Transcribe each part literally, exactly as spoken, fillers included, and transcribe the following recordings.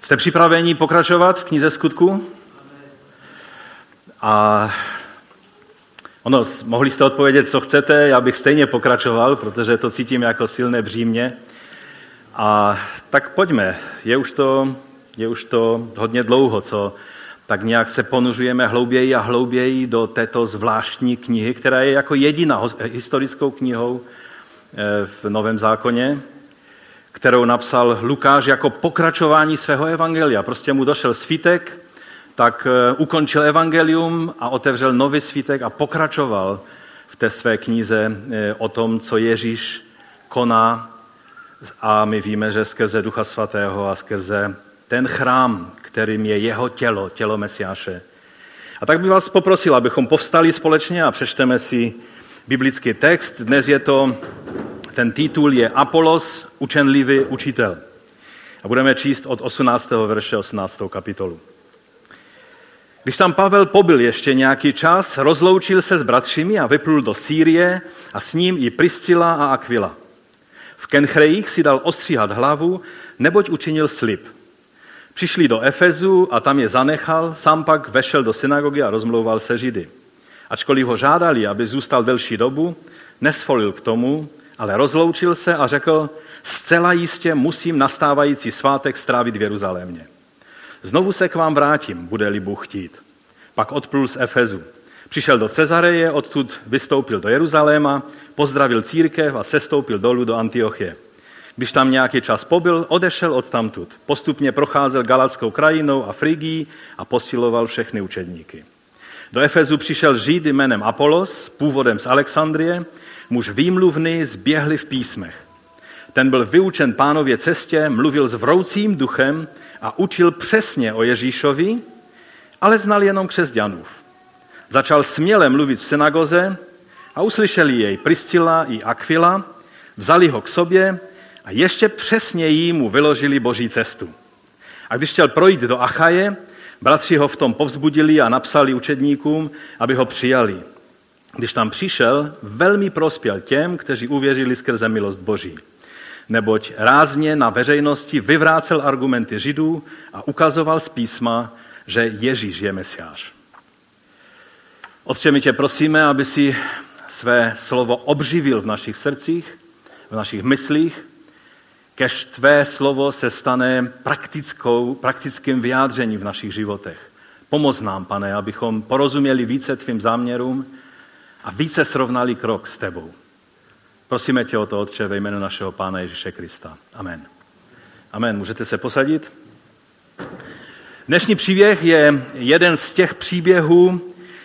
Jste připraveni pokračovat v knize Skutků? A ono, mohli jste odpovědět, co chcete, já bych stejně pokračoval, protože to cítím jako silné břímě. A tak pojďme, je už to, je už to hodně dlouho, co tak nějak se ponuřujeme hlouběji a hlouběji do této zvláštní knihy, která je jako jediná historickou knihou v Novém zákoně, kterou napsal Lukáš jako pokračování svého evangelia. Prostě mu došel svítek, tak ukončil evangelium a otevřel nový svítek a pokračoval v té své knize o tom, co Ježíš koná. A my víme, že skrze Ducha Svatého a skrze ten chrám, kterým je jeho tělo, tělo Mesiáše. A tak bych vás poprosil, abychom povstali společně a přečteme si biblický text. Dnes je to, ten titul je Apolos, učenlivý učitel. A budeme číst od osmnáctého verše osmnáctou kapitolu. Když tam Pavel pobyl ještě nějaký čas, rozloučil se s bratřími a vyplul do Sýrie a s ním i Priscila a Aquila. V Kenchrejích si dal ostříhat hlavu, neboť učinil slib. Přišli do Efezu a tam je zanechal, sám pak vešel do synagogy a rozmlouval se Židy. Ačkoliv ho žádali, aby zůstal delší dobu, nesvolil k tomu, ale rozloučil se a řekl, zcela jistě musím nastávající svátek strávit v Jeruzalémě. Znovu se k vám vrátím, bude-li Bůh chtít. Pak odplul z Efezu. Přišel do Cezareje, odtud vystoupil do Jeruzaléma, pozdravil církev a sestoupil dolů do Antiochie. Když tam nějaký čas pobyl, odešel odtamtud. Postupně procházel Galatskou krajinou a Frigií a posiloval všechny učedníky. Do Efezu přišel Žid jménem Apolos, původem z Alexandrie, muž výmluvný, zběhlý v písmech. Ten byl vyučen Pánově cestě, mluvil s vroucím duchem a učil přesně o Ježíšovi, ale znal jenom křesťanův. Začal směle mluvit v synagoze a uslyšeli jej Priscila i Aquila, vzali ho k sobě a ještě přesněji mu vyložili Boží cestu. A když chtěl projít do Achaje, bratři ho v tom povzbudili a napsali učedníkům, aby ho přijali. Když tam přišel, velmi prospěl těm, kteří uvěřili skrze milost Boží. Neboť rázně na veřejnosti vyvrácel argumenty Židů a ukazoval z písma, že Ježíš je Mesiáš. Otče, my tě prosíme, aby si své slovo obživil v našich srdcích, v našich myslích, kež tvé slovo se stane praktickou, praktickým vyjádřením v našich životech. Pomoz nám, Pane, abychom porozuměli více tvým záměrům a více srovnali krok s tebou. Prosíme tě o to, Otče, ve jménu našeho Pána Ježíše Krista. Amen. Amen. Můžete se posadit? Dnešní příběh je jeden z těch příběhů,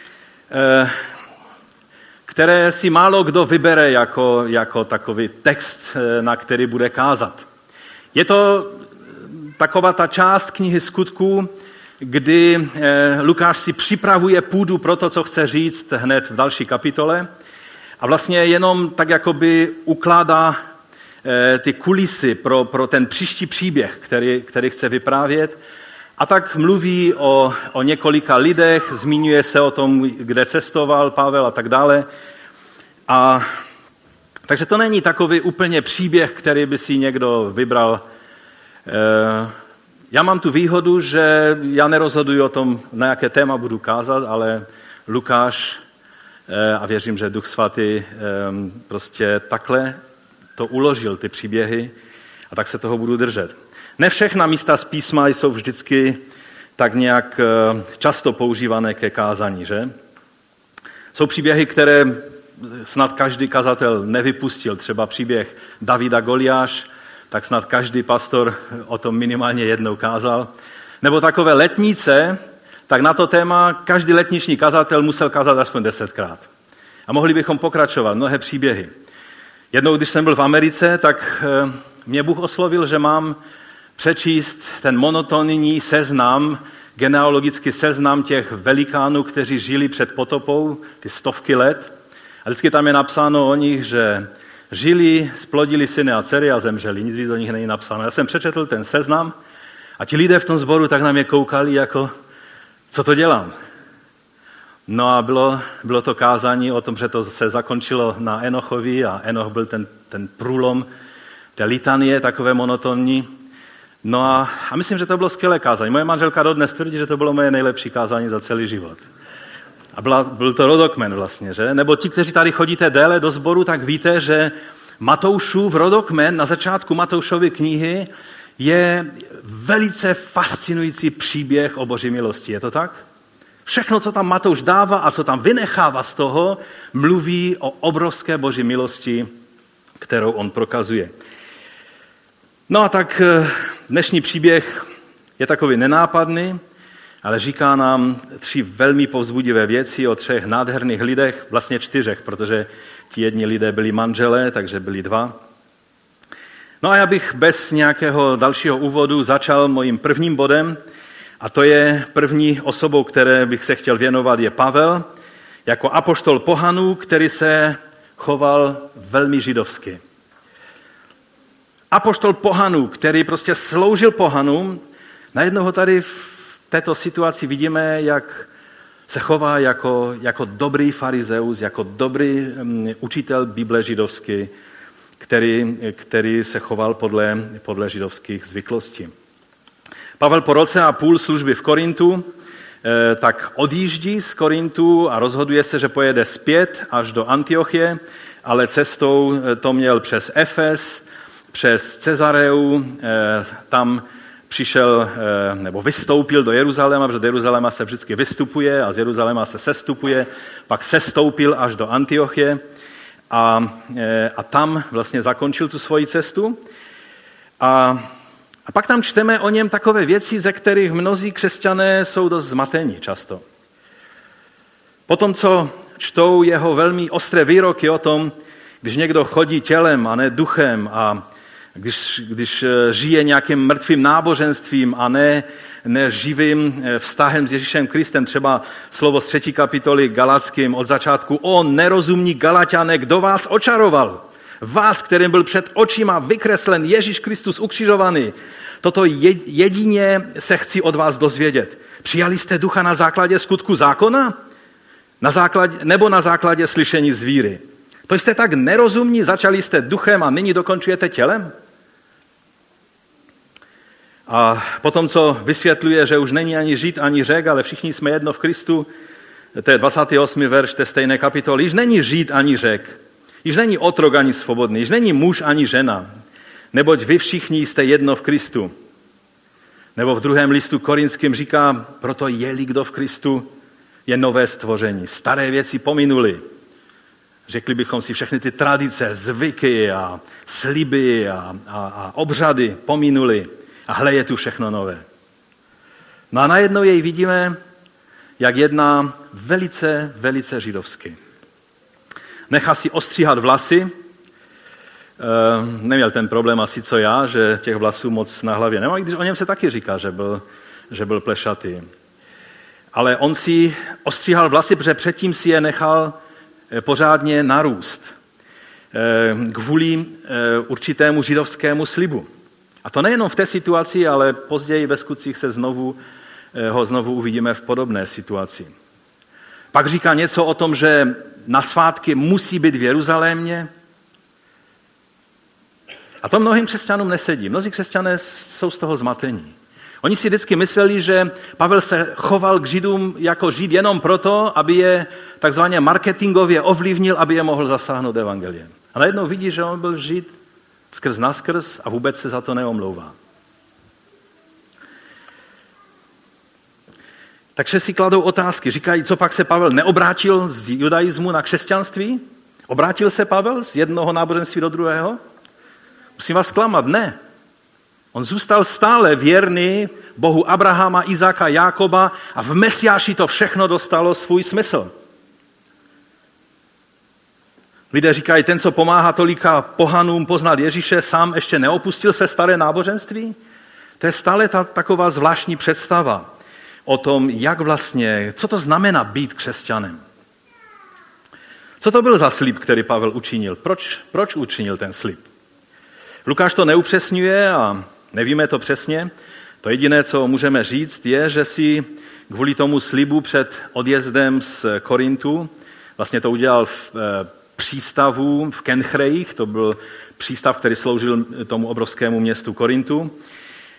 které si málo kdo vybere jako, jako takový text, na který bude kázat. Je to taková ta část knihy Skutků, kdy Lukáš si připravuje půdu pro to, co chce říct hned v další kapitole a vlastně jenom tak jakoby ukládá ty kulisy pro, pro ten příští příběh, který, který chce vyprávět. A tak mluví o, o několika lidech, zmiňuje se o tom, kde cestoval Pavel a tak dále. A, takže to není takový úplně příběh, který by si někdo vybral. E, já mám tu výhodu, že já nerozhoduji o tom, na jaké téma budu kázat, ale Lukáš, e, a věřím, že Duch Svatý e, prostě takhle to uložil, ty příběhy, a tak se toho budu držet. Ne všechna místa z písma jsou vždycky tak nějak často používané ke kázání, že? Jsou příběhy, které snad každý kazatel nevypustil. Třeba příběh Davida Goliáš, tak snad každý pastor o tom minimálně jednou kázal. Nebo takové letnice, tak na to téma každý letniční kazatel musel kázat aspoň desetkrát. A mohli bychom pokračovat, mnohé příběhy. Jednou, když jsem byl v Americe, tak mě Bůh oslovil, že mám přečíst ten monotonní seznam, genealogický seznam těch velikánů, kteří žili před potopou, ty stovky let. A vždycky tam je napsáno o nich, že žili, splodili syny a dcery a zemřeli. Nic víc o nich není napsáno. Já jsem přečetl ten seznam a ti lidé v tom sboru tak na mě koukali, jako, co to dělám. No a bylo, bylo to kázání o tom, že to se zakončilo na Enochovi a Enoch byl ten, ten průlom té litanie, takové monotonní. No a, a myslím, že to bylo skvělé kázání. Moje manželka dodnes tvrdí, že to bylo moje nejlepší kázání za celý život. A byla, byl to rodokmen vlastně, že? Nebo ti, kteří tady chodíte déle do sboru, tak víte, že Matoušův rodokmen na začátku Matoušovy knihy je velice fascinující příběh o Boží milosti. Je to tak? Všechno, co tam Matouš dává a co tam vynechává z toho, mluví o obrovské Boží milosti, kterou on prokazuje. No a tak dnešní příběh je takový nenápadný, ale říká nám tři velmi povzbudivé věci o třech nádherných lidech, vlastně čtyřech, protože ti jedni lidé byli manželé, takže byli dva. No a já bych bez nějakého dalšího úvodu začal mojím prvním bodem, a to je první osobou, které bych se chtěl věnovat, je Pavel, jako apoštol pohanů, který se choval velmi židovsky. Apoštol pohanů, který prostě sloužil pohanům, najednou ho tady v této situaci vidíme, jak se chová jako, jako dobrý farizeus, jako dobrý um, učitel Bible židovský, který, který se choval podle, podle židovských zvyklostí. Pavel po roce a půl služby v Korintu eh, tak odjíždí z Korintu a rozhoduje se, že pojede zpět až do Antiochie, ale cestou to měl přes Efes, přes Cezareu, eh, tam přišel eh, nebo vystoupil do Jeruzaléma, protože do Jeruzaléma se vždycky vystupuje a z Jeruzaléma se sestupuje, pak sestoupil až do Antiochie a, eh, a tam vlastně zakončil tu svoji cestu. A A pak tam čteme o něm takové věci, ze kterých mnozí křesťané jsou dost zmatení často. Potom, co čtou jeho velmi ostré výroky o tom, když někdo chodí tělem a ne duchem a když, když žije nějakým mrtvým náboženstvím a ne, ne živým vztahem s Ježíšem Kristem, třeba slovo z třetí kapitoly Galackým od začátku, o nerozumní Galaťané, kdo vás očaroval? Vás, kterým byl před očima vykreslen Ježíš Kristus ukřižovaný. Toto jedině se chci od vás dozvědět. Přijali jste ducha na základě skutku zákona? Na základě, nebo na základě slyšení z víry? To jste tak nerozumní, začali jste duchem a nyní dokončujete tělem? A potom, co vysvětluje, že už není ani Žid, ani Řek, ale všichni jsme jedno v Kristu, to je dvacátý osmý verš té stejné kapitoly, již není Žid ani Řek, již není otrok ani svobodný, již není muž ani žena, neboť vy všichni jste jedno v Kristu. Nebo v druhém listu Korinským říká, proto je-li kdo v Kristu, je nové stvoření. Staré věci pominuly. Řekli bychom si všechny ty tradice, zvyky a sliby a, a, a obřady pominuly. A hle, je tu všechno nové. No a najednou jej vidíme, jak jedná velice, velice židovsky. Nechá si ostříhat vlasy. E, neměl ten problém asi co já, že těch vlasů moc na hlavě nemá, i když o něm se taky říká, že byl, že byl plešatý. Ale on si ostříhal vlasy, protože předtím si je nechal pořádně narůst. E, kvůli e, určitému židovskému slibu. A to nejenom v té situaci, ale později ve skutcích se znovu, ho znovu uvidíme v podobné situaci. Pak říká něco o tom, že na svátky musí být v Jeruzalémě. A to mnohým křesťanům nesedí. Mnozí křesťané jsou z toho zmatení. Oni si vždycky mysleli, že Pavel se choval k Židům jako Žid jenom proto, aby je takzvaně marketingově ovlivnil, aby je mohl zasáhnout evangeliem. A najednou vidí, že on byl Žid skrz naskrz a vůbec se za to neomlouvá. Takže si kladou otázky. Říkají, co pak se Pavel neobrátil z judaismu na křesťanství? Obrátil se Pavel z jednoho náboženství do druhého? Musím vás zklamat, ne. On zůstal stále věrný Bohu Abrahama, Izáka, Jákoba a v Mesiáši to všechno dostalo svůj smysl. Lidé říkají, ten, co pomáhá tolika pohanům poznat Ježíše, sám ještě neopustil své staré náboženství? To je stále ta taková zvláštní představa o tom, jak vlastně, co to znamená být křesťanem. Co to byl za slib, který Pavel učinil? Proč, proč učinil ten slib? Lukáš to neupřesňuje a nevíme to přesně. To jediné, co můžeme říct, je, že si kvůli tomu slibu před odjezdem z Korintu, vlastně to udělal v přístavu v Kenchreích, to byl přístav, který sloužil tomu obrovskému městu Korintu.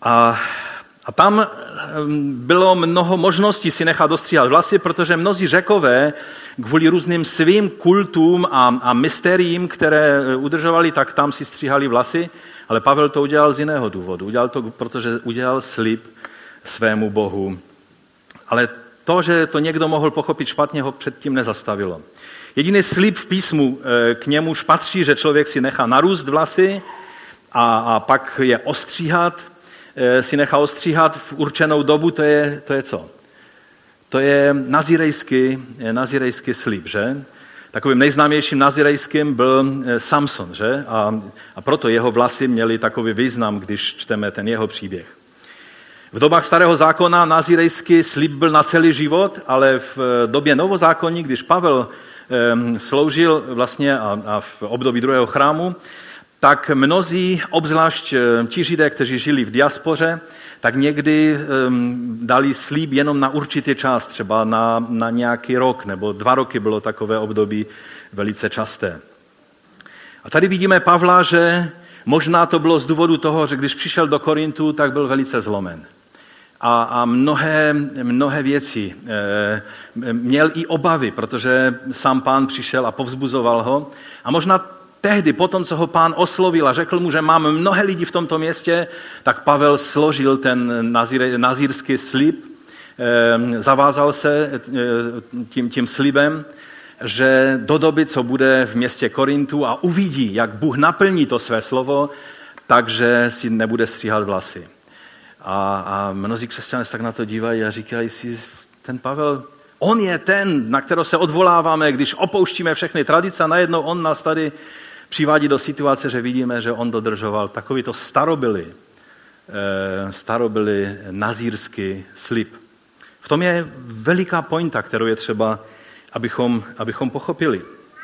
A, a tam bylo mnoho možností si nechat ostříhat vlasy, protože mnozí Řekové kvůli různým svým kultům a, a mysteriím, které udržovali, tak tam si stříhali vlasy, ale Pavel to udělal z jiného důvodu. Udělal to, protože udělal slib svému Bohu. Ale to, že to někdo mohl pochopit špatně, ho předtím nezastavilo. Jediný slib v písmu k němuž patří, že člověk si nechá narůst vlasy a, a pak je ostříhat, si nechá ostříhat v určenou dobu, to je, to je co? To je nazirejský, nazirejský slib, že? Takovým nejznámějším nazirejským byl Samson, že? A, a proto jeho vlasy měly takový význam, když čteme ten jeho příběh. V dobách starého zákona nazirejský slib byl na celý život, ale v době novozákonní, když Pavel e, sloužil vlastně a, a v období druhého chrámu, tak mnozí, obzvlášť ti Židé, kteří žili v diaspoře, tak někdy um, dali slib jenom na určitý čas, třeba na, na nějaký rok, nebo dva roky bylo takové období velice časté. A tady vidíme Pavla, že možná to bylo z důvodu toho, že když přišel do Korintu, tak byl velice zlomen. A, a mnohé, mnohé věci. E, měl i obavy, protože sám Pán přišel a povzbuzoval ho. A možná tehdy, potom, co ho Pán oslovil a řekl mu, že mám mnohé lidi v tomto městě, tak Pavel složil ten nazír, nazírský slib, e, zavázal se e, tím, tím slibem, že do doby, co bude v městě Korintu a uvidí, jak Bůh naplní to své slovo, takže si nebude stříhat vlasy. A, a mnozí křesťané se tak na to dívají a říkají si, ten Pavel, on je ten, na kterého se odvoláváme, když opouštíme všechny tradice a najednou on nás tady přivádí do situace, že vidíme, že on dodržoval takovýto starobylý, starobylý nazírský slib. V tom je veliká pointa, kterou je třeba, abychom, abychom pochopili.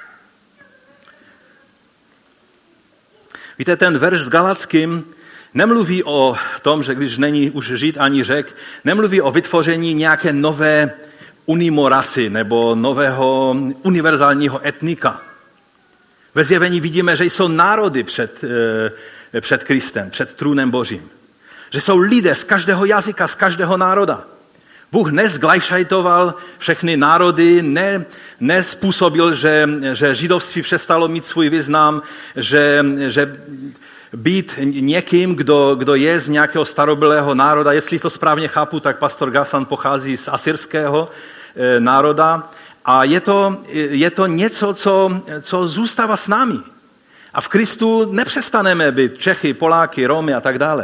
Víte, ten verš s Galackým nemluví o tom, že když není už Žid ani Řek, nemluví o vytvoření nějaké nové unimorasy nebo nového univerzálního etnika. Ve zjevení vidíme, že jsou národy před, před Kristem, před trůnem Božím. Že jsou lidé z každého jazyka, z každého národa. Bůh nezglajšajtoval všechny národy, ne, nespůsobil, že, že židovství přestalo mít svůj význam, že, že být někým, kdo, kdo je z nějakého starobylého národa. Jestli to správně chápu, tak pastor Gasan pochází z asyrského e, národa a je to, je to něco, co, co zůstává s námi. A v Kristu nepřestaneme být Čechy, Poláky, Romy a tak dále.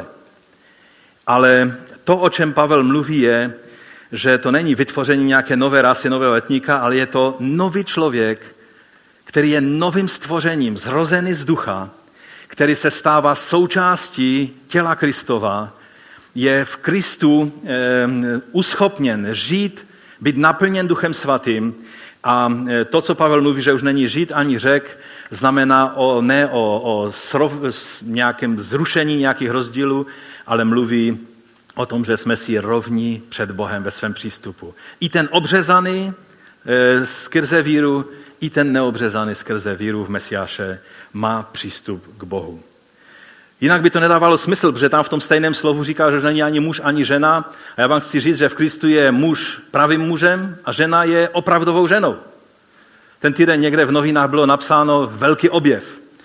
Ale to, o čem Pavel mluví, je, že to není vytvoření nějaké nové rasy, nového etnika, ale je to nový člověk, který je novým stvořením, zrozený z ducha, který se stává součástí těla Kristova, je v Kristu e, uschopněn žít, být naplněn Duchem Svatým. A to, co Pavel mluví, že už není Žid ani Řek, znamená o, ne o, o srov, nějakém zrušení nějakých rozdílů, ale mluví o tom, že jsme si rovní před Bohem ve svém přístupu. I ten obřezaný e, skrze víru, i ten neobřezaný skrze víru v Mesiáše má přístup k Bohu. Jinak by to nedávalo smysl, protože tam v tom stejném slovu říká, že není ani muž, ani žena. A já vám chci říct, že v Kristu je muž pravým mužem a žena je opravdovou ženou. Ten týden někde v novinách bylo napsáno velký objev.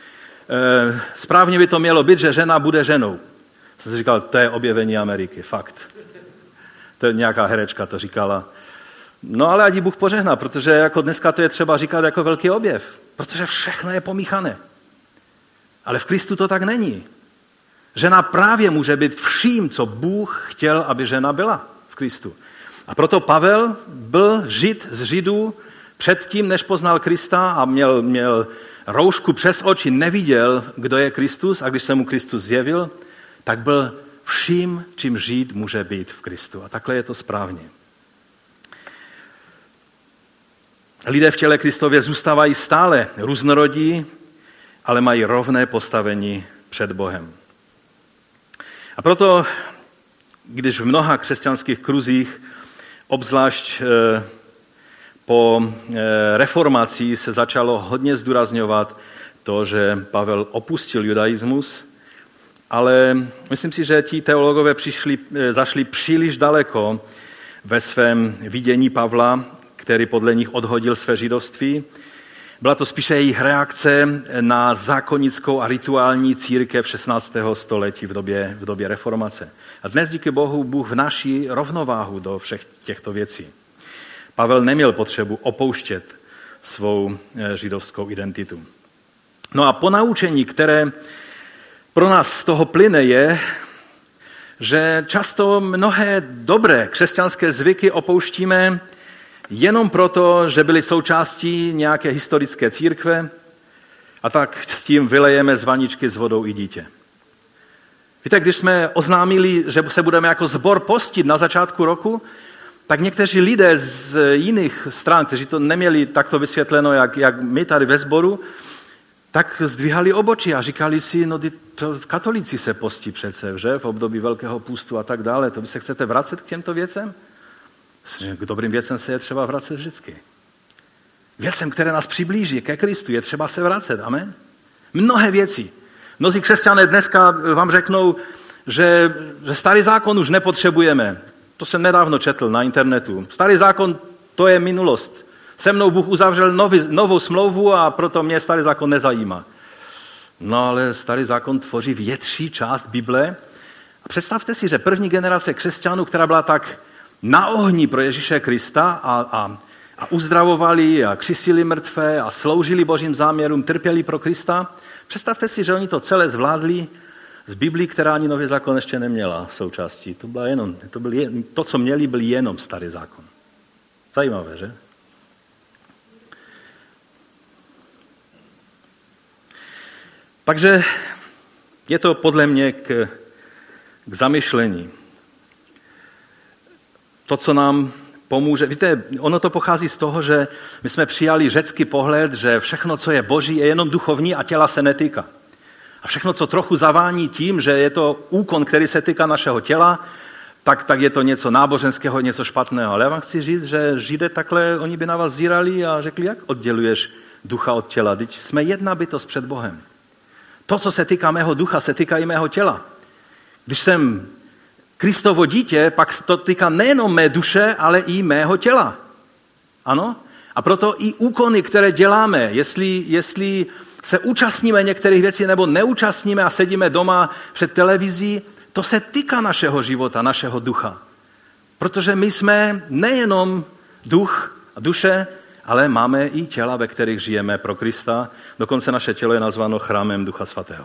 E, správně by to mělo být, že žena bude ženou. Jsem si říkal, to je objevení Ameriky, fakt. To je nějaká herečka to říkala. No ale ať Bůh požehná, protože jako dneska to je třeba říkat jako velký objev, protože všechno je pomíchané. Ale v Kristu to tak není. Žena právě může být vším, co Bůh chtěl, aby žena byla v Kristu. A proto Pavel byl Žid z Židů předtím, než poznal Krista a měl, měl roušku přes oči, neviděl, kdo je Kristus a když se mu Kristus zjevil, tak byl vším, čím Žid může být v Kristu. A takhle je to správně. Lidé v těle Kristově zůstávají stále různorodí, ale mají rovné postavení před Bohem. A proto, když v mnoha křesťanských kruzích, obzvlášť po reformaci, se začalo hodně zdůrazňovat to, že Pavel opustil judaismus, ale myslím si, že ti teologové přišli, zašli příliš daleko ve svém vidění Pavla, který podle nich odhodil své židovství. Byla to spíše jejich reakce na zákonickou a rituální církev šestnáctého století v době, v době reformace. A dnes díky Bohu Bůh vnáší rovnováhu do všech těchto věcí. Pavel neměl potřebu opouštět svou židovskou identitu. No a ponaučení, které pro nás z toho plyne, je, že často mnohé dobré křesťanské zvyky opouštíme jenom proto, že byly součástí nějaké historické církve a tak s tím vylejeme z vaničky s vodou i dítě. Víte, když jsme oznámili, že se budeme jako sbor postit na začátku roku, tak někteří lidé z jiných stran, kteří to neměli takto vysvětleno, jak, jak my tady ve sboru, tak zdvihali obočí a říkali si, no to katolíci se postí přece, že, v období Velkého půstu a tak dále. To vy se chcete vracet k těmto věcem? K dobrým věcem se je třeba vracet vždycky. Věcem, které nás přiblíží ke Kristu, je třeba se vracet. Amen? Mnohé věci. Mnozí křesťané dneska vám řeknou, že, že starý zákon už nepotřebujeme. To jsem nedávno četl na internetu. Starý zákon, to je minulost. Se mnou Bůh uzavřel nový, novou smlouvu a proto mě starý zákon nezajímá. No ale starý zákon tvoří větší část Bible. A představte si, že první generace křesťanů, která byla tak na ohni pro Ježíše Krista a, a, a uzdravovali a křisili mrtvé a sloužili Božím záměrům, trpěli pro Krista, představte si, že oni to celé zvládli z Biblii, která ani nový zákon ještě neměla součástí. To, byla jenom, to, byl jen, to, co měli, byl jenom starý zákon. Zajímavé, že? Takže je to podle mě k, k zamyšlení. To, co nám pomůže. Víte, ono to pochází z toho, že my jsme přijali řecký pohled, že všechno, co je boží, je jenom duchovní a těla se netýká. A všechno, co trochu zavání tím, že je to úkon, který se týká našeho těla, tak, tak je to něco náboženského, něco špatného. Ale já vám chci říct, že Židé takhle, oni by na vás zírali a řekli, jak odděluješ ducha od těla. Teď jsme jedna bytost před Bohem. To, co se týká mého ducha, se týká i mého těla. Když jsem Kristovo dítě, pak to týká nejenom mé duše, ale i mého těla. Ano? A proto i úkony, které děláme, jestli, jestli se účastníme některých věcí nebo neúčastníme a sedíme doma před televizí, to se týká našeho života, našeho ducha. Protože my jsme nejenom duch a duše, ale máme i těla, ve kterých žijeme pro Krista. Dokonce naše tělo je nazváno chrámem Ducha Svatého.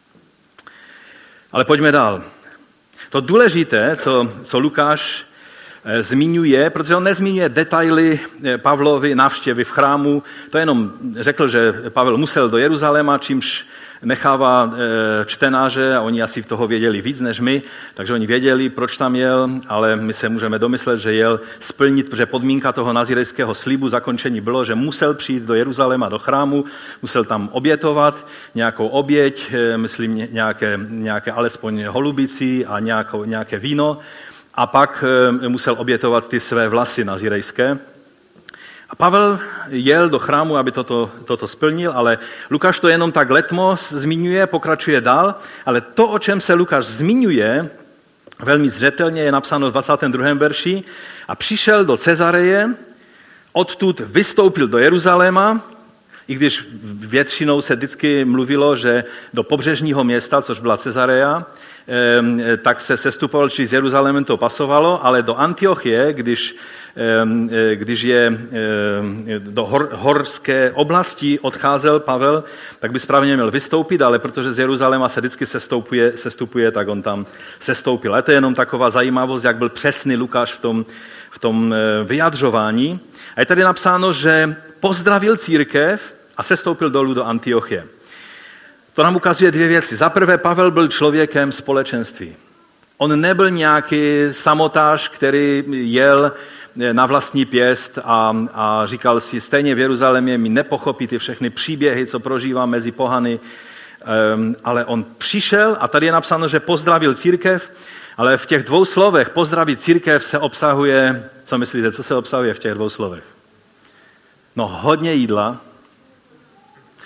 Ale pojďme dál. To důležité, co, co Lukáš e, zmiňuje, protože on nezmiňuje detaily Pavlovy návštěvy v chrámu, to jenom řekl, že Pavel musel do Jeruzaléma, čímž nechává e, čtenáře a oni asi toho věděli víc než my, takže oni věděli, proč tam jel, ale my se můžeme domyslet, že jel splnit, protože podmínka toho nazírejského slibu zakončení bylo, že musel přijít do Jeruzaléma, do chrámu, musel tam obětovat nějakou oběť, e, myslím nějaké, nějaké alespoň holubici a nějakou, nějaké víno a pak e, musel obětovat ty své vlasy nazírejské. A Pavel jel do chrámu, aby toto, toto splnil, ale Lukáš to jenom tak letmos zmiňuje, pokračuje dál, ale to, o čem se Lukáš zmiňuje, velmi zřetelně je napsáno v dvacátém druhém verši, a přišel do Cezareje, odtud vystoupil do Jeruzaléma, i když většinou se vždycky mluvilo, že do pobřežního města, což byla Cezareja, tak se sestupoval, či z Jeruzalémem to pasovalo, ale do Antiochie, když když je do hor, horské oblasti odcházel Pavel, tak by správně měl vystoupit, ale protože z Jeruzaléma se vždycky sestupuje, sestupuje, tak on tam sestoupil. A to je jenom taková zajímavost, jak byl přesný Lukáš v tom, v tom vyjadřování. A je tady napsáno, že pozdravil církev a sestoupil dolů do Antiochie. To nám ukazuje dvě věci. Za prvé, Pavel byl člověkem společenství. On nebyl nějaký samotář, který jel na vlastní pěst a, a říkal si, stejně v Jeruzalémě mi nepochopí ty všechny příběhy, co prožívám mezi pohany, um, ale on přišel a tady je napsáno, že pozdravil církev, ale v těch dvou slovech pozdravit církev se obsahuje, co myslíte, co se obsahuje v těch dvou slovech? No hodně jídla,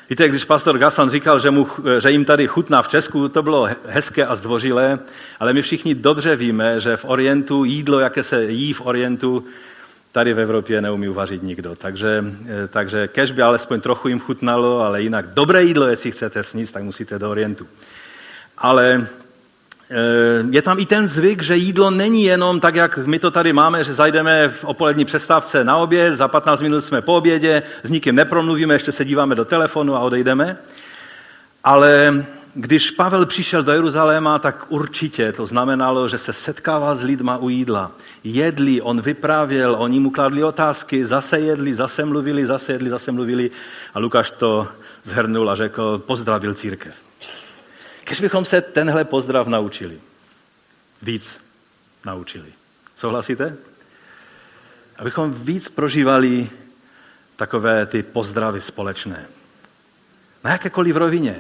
Víte, když pastor Gassan říkal, že, mu, že jim tady chutná v Česku, to bylo hezké a zdvořilé, ale my všichni dobře víme, že v Orientu jídlo, jaké se jí v Orientu, tady v Evropě neumí uvařit nikdo. Takže, takže kež by alespoň trochu jim chutnalo, ale jinak dobré jídlo, jestli chcete sníst, tak musíte do Orientu. Ale je tam i ten zvyk, že jídlo není jenom tak, jak my to tady máme, že zajdeme v opolední přestávce na oběd, za patnáct minut jsme po obědě, s nikým nepromluvíme, ještě se díváme do telefonu a odejdeme. Ale když Pavel přišel do Jeruzaléma, tak určitě to znamenalo, že se setkával s lidma u jídla. Jedli, on vyprávěl, oni mu kladli otázky, zase jedli, zase mluvili, zase jedli, zase mluvili a Lukáš to zhrnul a řekl, pozdravil církev. Když bychom se tenhle pozdrav naučili, víc naučili. Souhlasíte? Abychom víc prožívali takové ty pozdravy společné. Na jakékoliv rovině.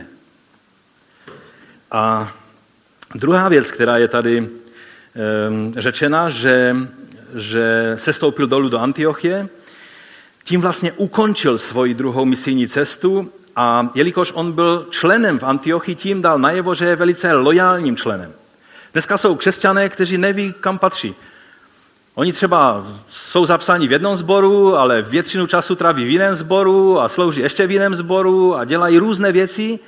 A druhá věc, která je tady um, řečena, že, že se stoupil dolů do Antiochie, tím vlastně ukončil svoji druhou misijní cestu a jelikož on byl členem v Antiochii, tím dal najevo, že je velice lojálním členem. Dneska jsou křesťané, kteří neví, kam patří. Oni třeba jsou zapsáni v jednom sboru, ale většinu času tráví v jiném sboru a slouží ještě v jiném sboru a dělají různé věci.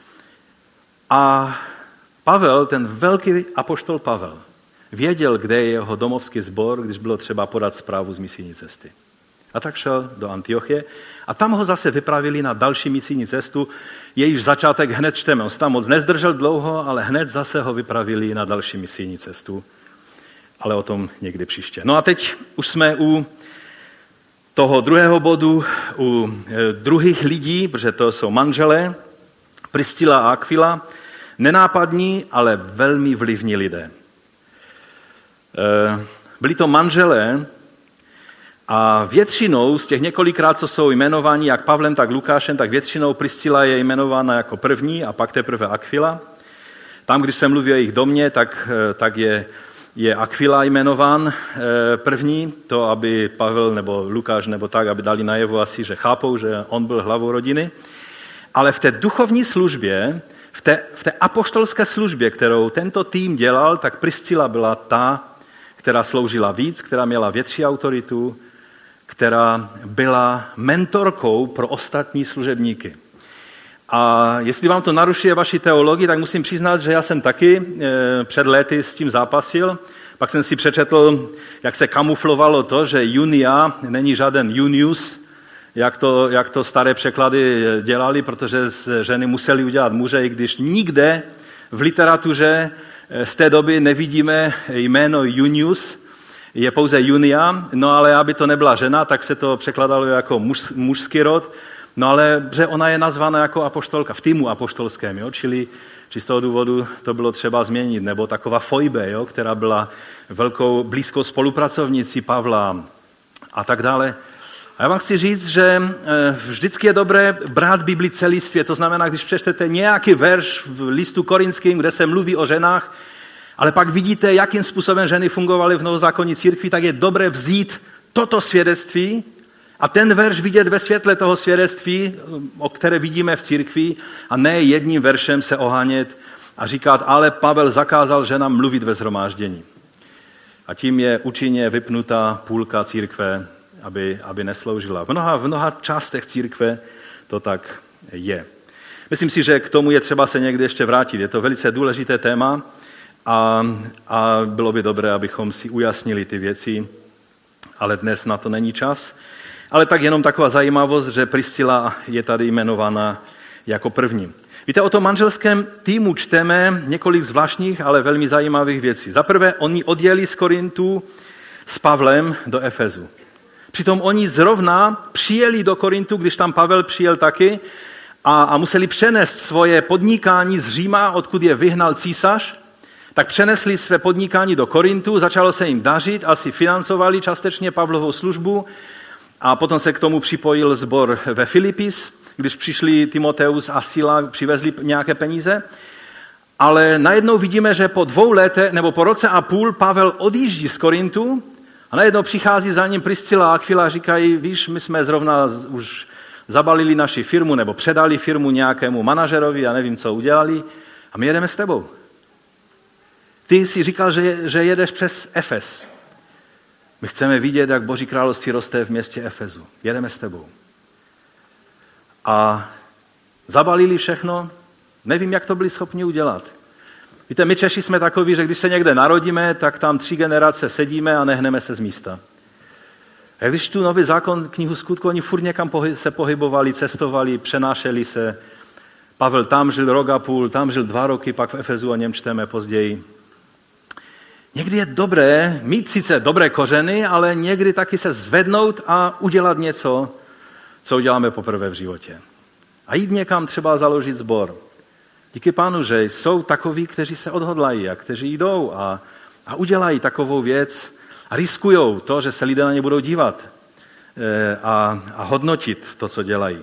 A Pavel, ten velký apoštol Pavel, věděl, kde je jeho domovský sbor, když bylo třeba podat zprávu z misijní cesty. A tak šel do Antiochie a tam ho zase vypravili na další misijní cestu. Jejíž začátek hned čteme. On se tam moc nezdržel dlouho, ale hned zase ho vypravili na další misijní cestu. Ale o tom někdy příště. No a teď už jsme u toho druhého bodu, u druhých lidí, protože to jsou manželé, Priscila a Aquila, nenápadní, ale velmi vlivní lidé. Byli to manželé a většinou z těch několikrát, co jsou jmenováni jak Pavlem, tak Lukášem, tak většinou Priscila je jmenována jako první a pak teprve Aquila. Tam, když se mluví o jejich domě, tak, tak je, je Aquila jmenován první, to, aby Pavel nebo Lukáš nebo tak, aby dali najevo asi, že chápou, že on byl hlavou rodiny. Ale v té duchovní službě, v té, v té apoštolské službě, kterou tento tým dělal, tak Priscila byla ta, která sloužila víc, která měla větší autoritu, která byla mentorkou pro ostatní služebníky. A jestli vám to narušuje vaši teologii, tak musím přiznat, že já jsem taky e, před léty s tím zápasil. Pak jsem si přečetl, jak se kamuflovalo to, že Junia není žádný Junius, jak to, jak to staré překlady dělali, protože z ženy museli udělat muže, i když nikde v literatuře z té doby nevidíme jméno Junius, je pouze Junia, no ale aby to nebyla žena, tak se to překladalo jako muž, mužský rod, no ale že ona je nazvána jako apoštolka, v týmu apoštolském, jo? Čili z toho důvodu to bylo třeba změnit, nebo taková Foibe, jo? Která byla velkou blízkou spolupracovnicí Pavla a tak dále. A já vám chci říct, že vždycky je dobré brát Bibli celistvě, to znamená, když přečtete nějaký verš v listu korinským, kde se mluví o ženách, ale pak vidíte, jakým způsobem ženy fungovaly v novozákonní církvi, tak je dobré vzít toto svědectví a ten verš vidět ve světle toho svědectví, o které vidíme v církvi, a ne jedním veršem se ohánět a říkat, ale Pavel zakázal ženám mluvit ve shromáždění. A tím je účinně vypnutá půlka církve, aby, aby nesloužila. V mnoha, v mnoha částech církve to tak je. Myslím si, že k tomu je třeba se někdy ještě vrátit. Je to velice důležité téma a, a bylo by dobré, abychom si ujasnili ty věci, ale dnes na to není čas. Ale tak jenom taková zajímavost, že Priscila je tady jmenována jako první. Víte, o tom manželském týmu čteme několik zvláštních, ale velmi zajímavých věcí. Za prvé, oni odjeli z Korintu s Pavlem do Efezu. Přitom oni zrovna přijeli do Korintu, když tam Pavel přijel taky a, a museli přenést svoje podnikání z Říma, odkud je vyhnal císař, tak přenesli své podnikání do Korintu, začalo se jim dařit, asi financovali částečně Pavlovou službu a potom se k tomu připojil sbor ve Filipis, když přišli Timoteus a Sila, přivezli nějaké peníze. Ale najednou vidíme, že po dvou letech, nebo po roce a půl Pavel odjíždí z Korintu a najednou přichází za ním Priscila a Aquila a říkají, víš, my jsme zrovna už zabalili naši firmu nebo předali firmu nějakému manažerovi a nevím, co udělali a my jedeme s tebou. Ty jsi říkal, že, že jedeš přes Efes. My chceme vidět, jak Boží království roste v městě Efezu. Jedeme s tebou. A zabalili všechno, nevím, jak to byli schopni udělat. Víte, my Češi jsme takoví, že když se někde narodíme, tak tam tři generace sedíme a nehneme se z místa. A když tu Nový zákon, knihu Skutků, oni furt někam se pohybovali, cestovali, přenášeli se. Pavel tam žil rok a půl, tam žil dva roky, pak v Efezu o něm čteme později. Někdy je dobré mít sice dobré kořeny, ale někdy taky se zvednout a udělat něco, co uděláme poprvé v životě. A jít někam třeba založit sbor. Díky Pánu, že jsou takoví, kteří se odhodlají a kteří jdou a, a udělají takovou věc a riskujou to, že se lidé na ně budou dívat a, a hodnotit to, co dělají.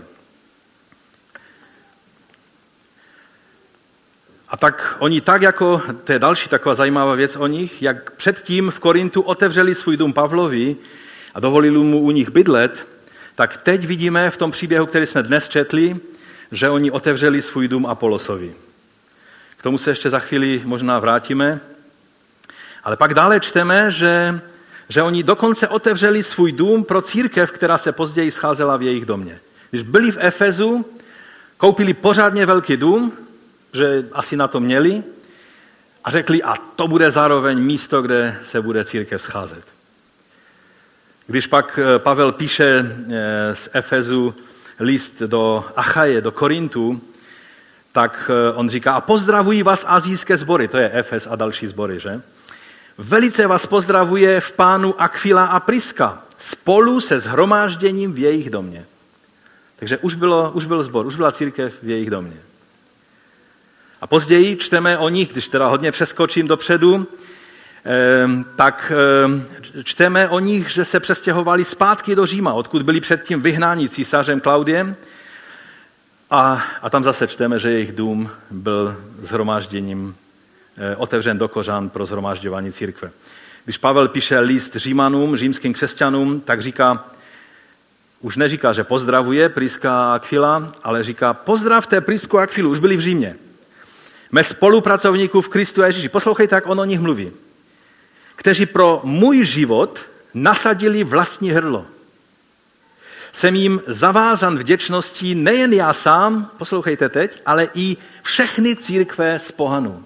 A tak oni tak jako, to je další taková zajímavá věc o nich, jak předtím v Korintu otevřeli svůj dům Pavlovi a dovolili mu u nich bydlet, tak teď vidíme v tom příběhu, který jsme dnes četli, že oni otevřeli svůj dům Apolosovi. K tomu se ještě za chvíli možná vrátíme. Ale pak dále čteme, že, že oni dokonce otevřeli svůj dům pro církev, která se později scházela v jejich domě. Když byli v Efezu, koupili pořádně velký dům, že asi na to měli, a řekli, a to bude zároveň místo, kde se bude církev scházet. Když pak Pavel píše z Efezu list do Achaje, do Korintu, tak on říká, a pozdravují vás asijské sbory, to je Efes a další sbory, že? Velice vás pozdravuje v Pánu Akvila a Priska, spolu se shromážděním v jejich domě. Takže už, bylo, už byl sbor, už byla církev v jejich domě. A později čteme o nich, když teda hodně přeskočím dopředu, tak čteme o nich, že se přestěhovali zpátky do Říma, odkud byli předtím vyhnáni císařem Klaudiem. A, a tam zase čteme, že jejich dům byl shromážděním otevřen do kořán pro shromážďování církve. Když Pavel píše list Římanům, římským křesťanům, tak říká, už neříká, že pozdravuje Priska a Akvila, ale říká, pozdravte Prisku a Akvilu, už byli v Římě. Mé spolupracovníků v Kristu Ježíši. Poslouchejte, jak on o nich mluví. Kteří pro můj život nasadili vlastní hrdlo. Jsem jim zavázan vděčností nejen já sám, poslouchejte teď, ale i všechny církve z pohanů.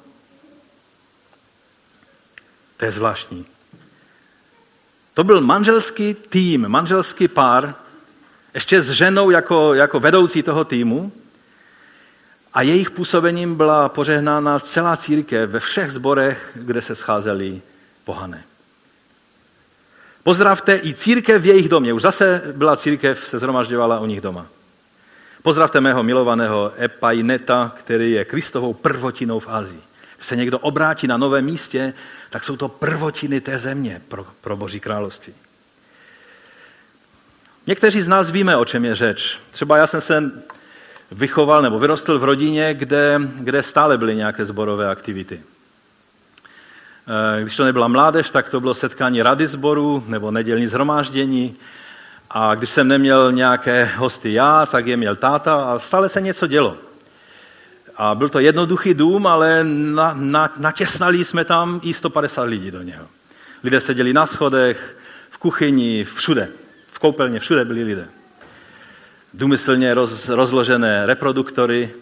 To je zvláštní. To byl manželský tým, manželský pár, ještě s ženou jako, jako vedoucí toho týmu, a jejich působením byla požehnána celá církev ve všech sborech, kde se scházeli pohané. Pozdravte i církev v jejich domě. Už zase byla církev, se shromažďovala u nich doma. Pozdravte mého milovaného Epaineta, který je Kristovou prvotinou v Asii. Když se někdo obrátí na novém místě, tak jsou to prvotiny té země pro, pro Boží království. Někteří z nás víme, o čem je řeč. Třeba já jsem se vychoval nebo vyrostl v rodině, kde, kde stále byly nějaké sborové aktivity. Když to nebyla mládež, tak to bylo setkání rady sboru nebo nedělní shromáždění. A když jsem neměl nějaké hosty já, tak je měl táta a stále se něco dělo. A byl to jednoduchý dům, ale na, na, natěsnali jsme tam i sto padesát lidí do něho. Lidé seděli na schodech, v kuchyni, všude. V koupelně, všude byli lidé. Důmyslně roz, rozložené reproduktory.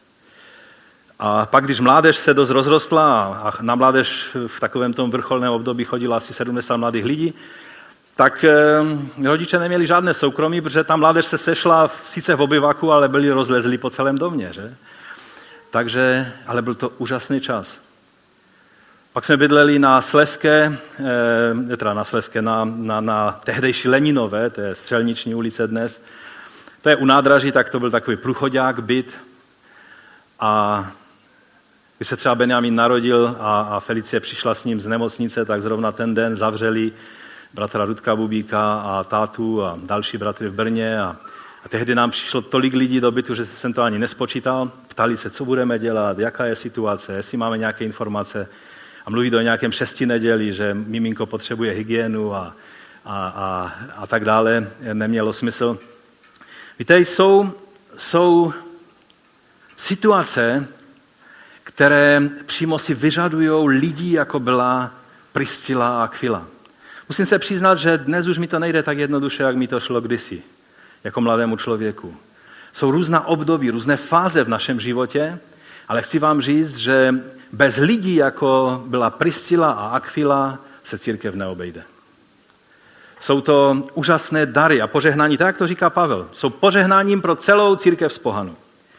A pak, když mládež se dost rozrostla a na mládež v takovém tom vrcholném období chodilo asi sedmdesát mladých lidí, tak eh, rodiče neměli žádné soukromí, protože ta mládež se sešla v, sice v obyvaku, ale byli rozlezli po celém domě. Že? Takže, ale byl to úžasný čas. Pak jsme bydleli na Slezské, eh, teda na Slezské, na, na, na tehdejší Leninové, to je Střelniční ulice dnes. To je u nádraží, tak to byl takový průchodák, byt. A když se třeba Benjamin narodil a, a Felicie přišla s ním z nemocnice, tak zrovna ten den zavřeli bratra Rudka Bubíka a tátu a další bratry v Brně. A, a tehdy nám přišlo tolik lidí do bytu, že jsem to ani nespočítal. Ptali se, co budeme dělat, jaká je situace, jestli máme nějaké informace. A mluví o nějakém šesti neděli, že miminko potřebuje hygienu a, a, a, a tak dále. Nemělo smysl. Víte, jsou, jsou situace, které přímo si vyžadují lidí, jako byla Priscila a Aquila. Musím se přiznat, že dnes už mi to nejde tak jednoduše, jak mi to šlo kdysi, jako mladému člověku. Jsou různá období, různé fáze v našem životě, ale chci vám říct, že bez lidí, jako byla Priscila a Aquila, se církev neobejde. Jsou to úžasné dary a požehnání, tak jak to říká Pavel. Jsou požehnáním pro celou církev z pohanu.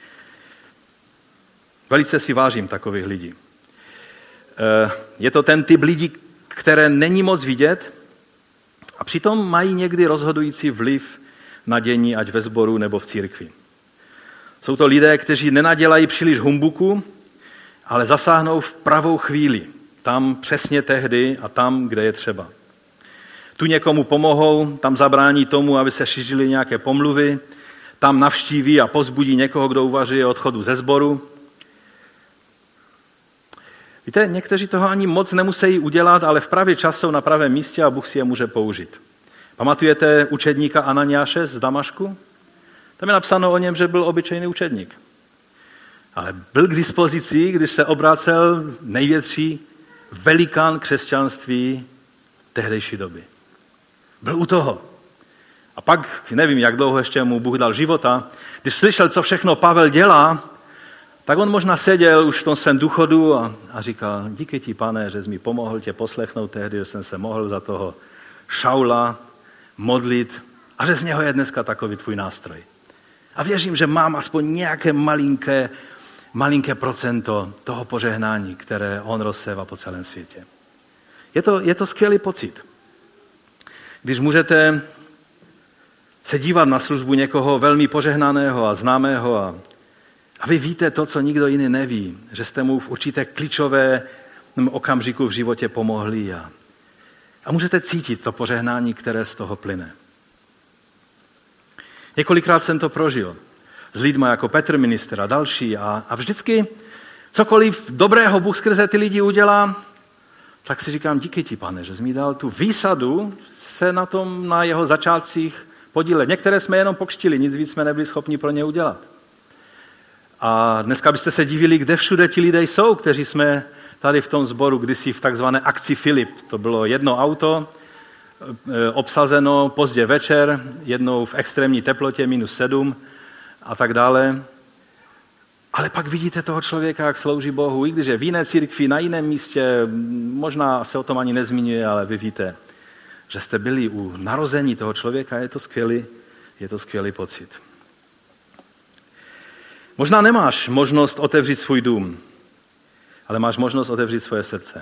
Velice si vážím takových lidí. Je to ten typ lidí, které není moc vidět a přitom mají někdy rozhodující vliv na dění, ať ve sboru nebo v církvi. Jsou to lidé, kteří nenadělají příliš humbuku, ale zasáhnou v pravou chvíli, tam přesně tehdy a tam, kde je třeba. Tu někomu pomohou, tam zabrání tomu, aby se šířily nějaké pomluvy, tam navštíví a pozbudí někoho, kdo uvažuje o odchodu ze sboru. Víte, někteří toho ani moc nemusí udělat, ale v pravý čas jsou na pravém místě a Bůh si je může použít. Pamatujete učedníka Ananiáše z Damašku? Tam je napsáno o něm, že byl obyčejný učedník. Ale byl k dispozici, když se obracel největší velikán křesťanství tehdejší doby. Byl u toho. A pak, nevím, jak dlouho ještě mu Bůh dal života, když slyšel, co všechno Pavel dělá, tak on možná seděl už v tom svém důchodu a, a říkal, díky ti, Pane, že jsi mi pomohl tě poslechnout tehdy, že jsem se mohl za toho Šaula modlit a že z něho je dneska takový tvůj nástroj. A věřím, že mám aspoň nějaké malinké, malinké procento toho požehnání, které on rozsévá po celém světě. Je to, je to skvělý pocit. Když můžete se dívat na službu někoho velmi požehnaného a známého a, a vy víte to, co nikdo jiný neví, že jste mu v určité klíčové okamžiku v životě pomohli a, a můžete cítit to požehnání, které z toho plyne. Několikrát jsem to prožil s lidmi jako Petr ministr a další a, a vždycky cokoliv dobrého Bůh skrze ty lidi udělá, tak si říkám, díky ti, Pane, že jsi mi dal tu výsadu se na tom, na jeho začátcích podílet. Některé jsme jenom pokřtili, nic víc jsme nebyli schopni pro ně udělat. A dneska byste se divili, kde všude ti lidé jsou, kteří jsme tady v tom sboru kdysi v takzvané akci Filip. To bylo jedno auto, obsazeno pozdě večer, jednou v extrémní teplotě, minus sedm a tak dále. Ale pak vidíte toho člověka, jak slouží Bohu, i když je v jiné církvi, na jiném místě, možná se o tom ani nezmiňuje, ale vy víte, že jste byli u narození toho člověka, je to skvělý, je to skvělý pocit. Možná nemáš možnost otevřít svůj dům, ale máš možnost otevřít svoje srdce.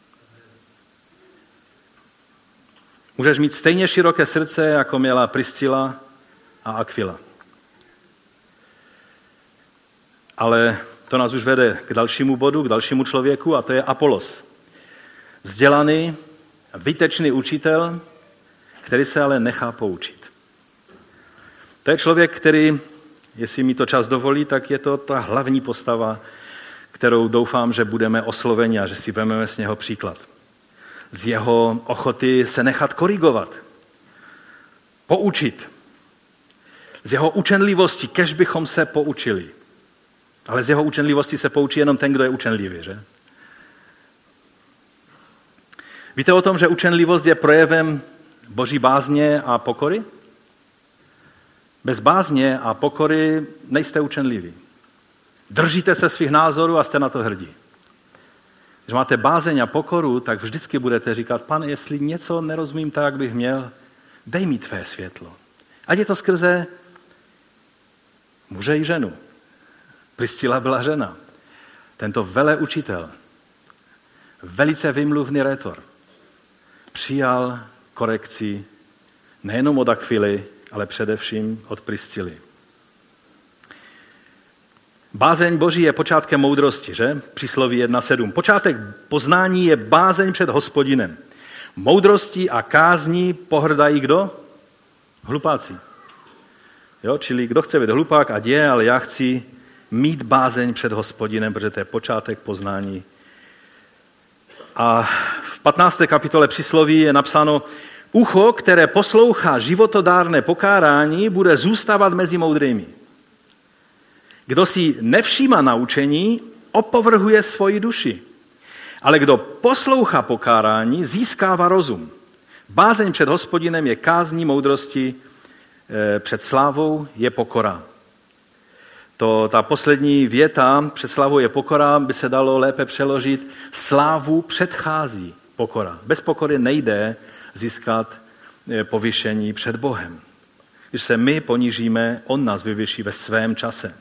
Můžeš mít stejně široké srdce, jako měla Priscila a Aquila. Ale to nás už vede k dalšímu bodu, k dalšímu člověku, a to je Apolos. Vzdělaný, výtečný učitel, který se ale nechá poučit. To je člověk, který, jestli mi to čas dovolí, tak je to ta hlavní postava, kterou doufám, že budeme osloveni a že si vezmeme z něho příklad. Z jeho ochoty se nechat korigovat, poučit. Z jeho učenlivosti, kež bychom se poučili. Ale z jeho učenlivosti se poučí jenom ten, kdo je učenlivý, že? Víte o tom, že učenlivost je projevem Boží bázně a pokory? Bez bázně a pokory nejste učenliví. Držíte se svých názorů a jste na to hrdí. Když máte bázeň a pokoru, tak vždycky budete říkat, Pane, jestli něco nerozumím tak, jak bych měl, dej mi tvé světlo. Ať je to skrze muže i ženu. Priscila byla žena. Tento veleučitel, velice vymluvný rétor, přijal korekci nejenom od Aquily, ale především od Priscily. Bázeň Boží je počátkem moudrosti, že? Přísloví jedna sedm. Počátek poznání je bázeň před Hospodinem. Moudrostí a kázní pohrdají kdo? Hlupáci. Jo, čili kdo chce být hlupák, ať je, ale já chci mít bázeň před Hospodinem, protože to je počátek poznání. A v patnácté kapitole přísloví je napsáno, Ucho, které poslouchá životodárné pokárání, bude zůstávat mezi moudrými. Kdo si nevšímá naučení, opovrhuje svoji duši. Ale kdo poslouchá pokárání, získává rozum. Bázeň před Hospodinem je kázní moudrosti, před slávou je pokora. To, ta poslední věta, před slávou je pokora, by se dalo lépe přeložit, slávu předchází pokora. Bez pokory nejde získat povýšení před Bohem. Když se my ponížíme, on nás vyvyší ve svém čase.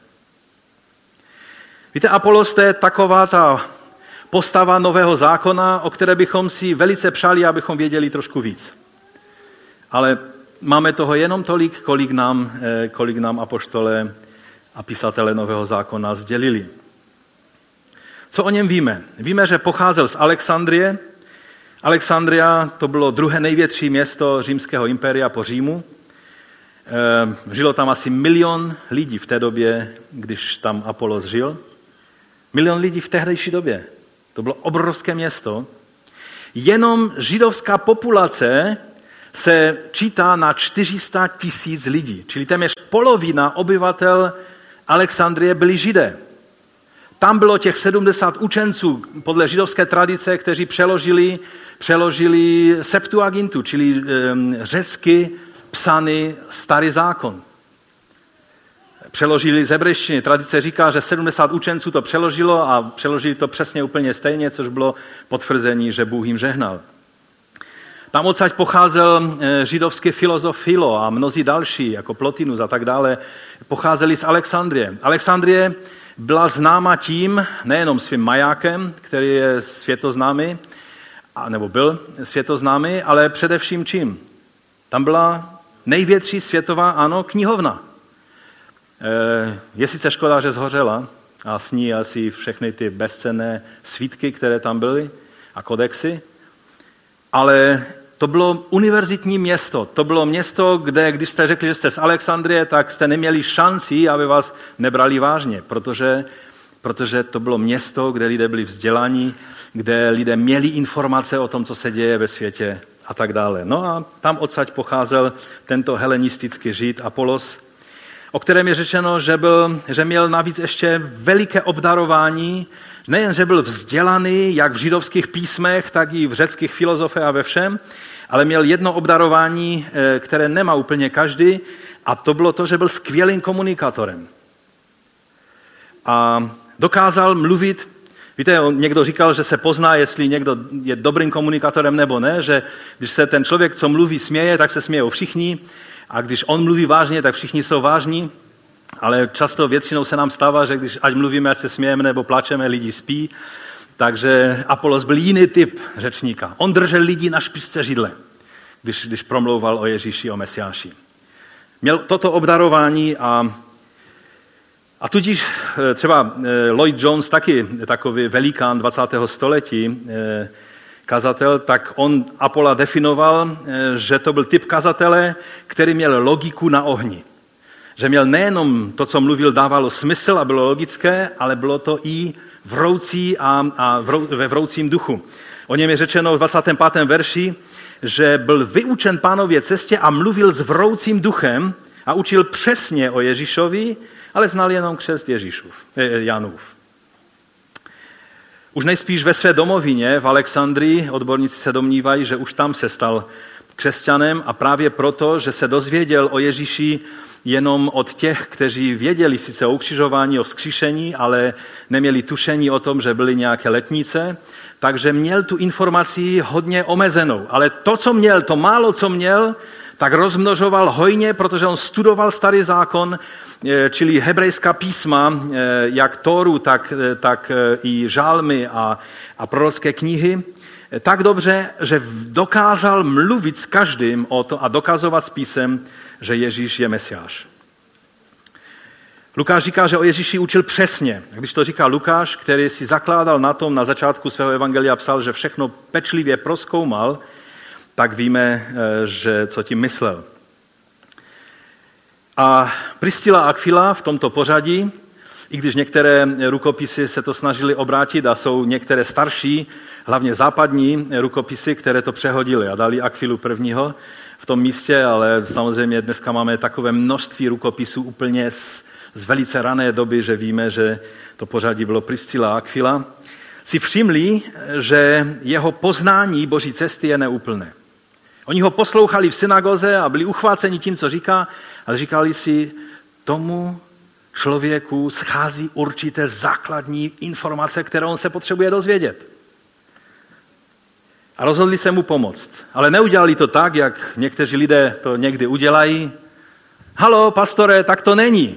Víte, Apolos, to je taková ta postava Nového zákona, o které bychom si velice přáli, abychom věděli trošku víc. Ale máme toho jenom tolik, kolik nám, kolik nám apoštole a písatelé Nového zákona sdělili. Co o něm víme? Víme, že pocházel z Alexandrie. Alexandria to bylo druhé největší město římského impéria po Římu. Žilo tam asi milion lidí v té době, když tam Apolos žil. Milion lidí v tehdejší době. To bylo obrovské město. Jenom židovská populace se čítá na čtyři sta tisíc lidí. Čili téměř polovina obyvatel Alexandrie byli Židé. Tam bylo těch sedmdesát učenců podle židovské tradice, kteří přeložili, přeložili Septuagintu, čili um, řecky psaný starý zákon. Přeložili z hebrejštiny. Tradice říká, že sedmdesát učenců to přeložilo a přeložili to přesně úplně stejně, což bylo potvrzení, že Bůh jim žehnal. Tam odsaď pocházel židovský filozof Philo a mnozí další, jako Plotinus a tak dále, pocházeli z Alexandrie. Alexandrie byla známa tím, nejenom svým majákem, který je světoznámý, nebo byl světoznámý, ale především čím? Tam byla největší světová, ano, knihovna. Je sice škoda, že zhořela a s ní asi všechny ty bezcenné svítky, které tam byly a kodexy, ale to bylo univerzitní město. To bylo město, kde, když jste řekli, že jste z Alexandrie, tak jste neměli šanci, aby vás nebrali vážně, protože, protože to bylo město, kde lidé byli vzdělaní, kde lidé měli informace o tom, co se děje ve světě a tak dále. No a tam odsaď pocházel tento helenistický Žid Apolos, o kterém je řečeno, že, byl, že měl navíc ještě veliké obdarování, nejen, že byl vzdělaný jak v židovských písmech, tak i v řeckých filozofech a ve všem, ale měl jedno obdarování, které nemá úplně každý, a to bylo to, že byl skvělým komunikátorem. A dokázal mluvit, víte, někdo říkal, že se pozná, jestli někdo je dobrým komunikátorem nebo ne, že když se ten člověk, co mluví, směje, tak se smějou všichni, a když on mluví vážně, tak všichni jsou vážní, ale často většinou se nám stává, že když ať mluvíme, ať se smějeme nebo plačeme, lidi spí. Takže Apolos byl jiný typ řečníka. On držel lidi na špičce židle, když, když promlouval o Ježíši, o Mesiáši. Měl toto obdarování a, a tudíž třeba Lloyd Jones, taky takový velikán dvacátého století, kazatel, tak on Apola definoval, že to byl typ kazatele, který měl logiku na ohni. Že měl nejenom to, co mluvil, dávalo smysl a bylo logické, ale bylo to i vroucí a, a vrou, ve vroucím duchu. O něm je řečeno v dvacátém pátém verši, že byl vyučen Pánově cestě a mluvil s vroucím duchem a učil přesně o Ježíšovi, ale znal jenom křest Ježíšův, eh, Janův. Už nejspíš ve své domovině v Alexandrii, odborníci se domnívají, že už tam se stal křesťanem a právě proto, že se dozvěděl o Ježíši jenom od těch, kteří věděli sice o ukřižování, o vzkříšení, ale neměli tušení o tom, že byly nějaké letnice, takže měl tu informaci hodně omezenou. Ale to, co měl, to málo, co měl, tak rozmnožoval hojně, protože on studoval starý zákon, čili hebrejská písma, jak Tóru, tak, tak i žálmy a, a prorocké knihy, tak dobře, že dokázal mluvit s každým o to a dokazovat s písem, že Ježíš je Mesiáš. Lukáš říká, že o Ježíši učil přesně. Když to říká Lukáš, který si zakládal na tom, na začátku svého evangelia psal, že všechno pečlivě prozkoumal, tak víme, že co tím myslel. A Priscila a Aquila v tomto pořadí I když některé rukopisy se to snažili obrátit a jsou některé starší, hlavně západní rukopisy, které to přehodily a dali Akvilu prvního v tom místě, ale samozřejmě dneska máme takové množství rukopisů úplně z, z velice rané doby, že víme, že to pořadí bylo Priscila a Akvila, si všimli, že jeho poznání Boží cesty je neúplné. Oni ho poslouchali v synagoze a byli uchváceni tím, co říká, ale říkali si, tomu člověku schází určité základní informace, které on se potřebuje dozvědět. A rozhodli se mu pomoct. Ale neudělali to tak, jak někteří lidé to někdy udělají. Halo, pastore, tak to není.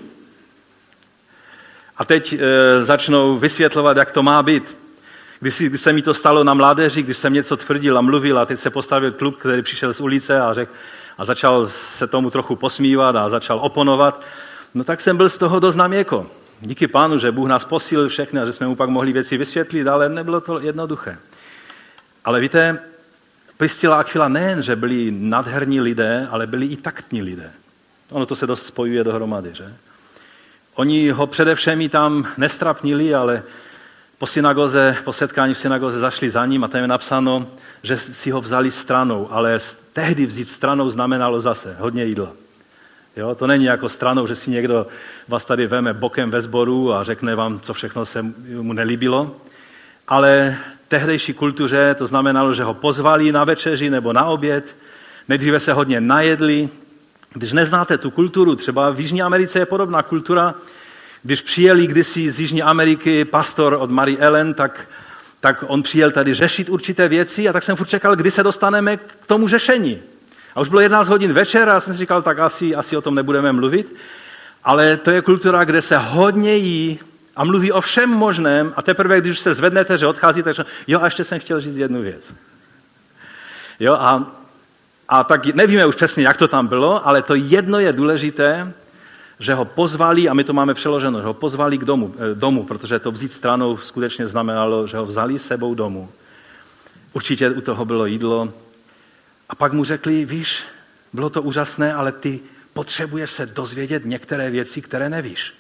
A teď e, začnou vysvětlovat, jak to má být. Když, si, když se mi to stalo na mládeži, když jsem něco tvrdil a mluvil a teď se postavil kluk, který přišel z ulice a, řek, a začal se tomu trochu posmívat a začal oponovat, no tak jsem byl z toho dost naměko. Díky Pánu, že Bůh nás posílil všechny a že jsme mu pak mohli věci vysvětlit, ale nebylo to jednoduché. Ale víte, Priscila a Akvila nejen, že byli nádherní lidé, ale byli i taktní lidé. Ono to se dost spojuje dohromady, že? Oni ho především tam nestrapnili, ale po synagoze, po setkání v synagoze zašli za ním a tam je napsáno, že si ho vzali stranou, ale tehdy vzít stranou znamenalo zase hodně jídla. Jo, to není jako stranou, že si někdo vás tady veme bokem ve sboru a řekne vám, co všechno se mu nelíbilo, ale tehdejší kultuře to znamenalo, že ho pozvali na večeři nebo na oběd, nejdříve se hodně najedli. Když neznáte tu kulturu, třeba v Jižní Americe je podobná kultura, když přijeli kdysi z Jižní Ameriky pastor od Mary Ellen, tak, tak on přijel tady řešit určité věci a tak jsem furt čekal, kdy se dostaneme k tomu řešení. A už bylo jedenáct hodin večer a já jsem si říkal, tak asi, asi o tom nebudeme mluvit, ale to je kultura, kde se hodně jí a mluví o všem možném a teprve, když se zvednete, že odcházíte, tak jo, a ještě jsem chtěl říct jednu věc. Jo, a, a tak nevíme už přesně, jak to tam bylo, ale to jedno je důležité, že ho pozvali, a my to máme přeloženo, že ho pozvali k domu, domu, protože to vzít stranou skutečně znamenalo, že ho vzali sebou domů. Určitě u toho bylo jídlo. A pak mu řekli, víš, bylo to úžasné, ale ty potřebuješ se dozvědět některé věci, které nevíš.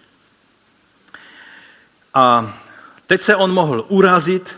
A teď se on mohl urazit,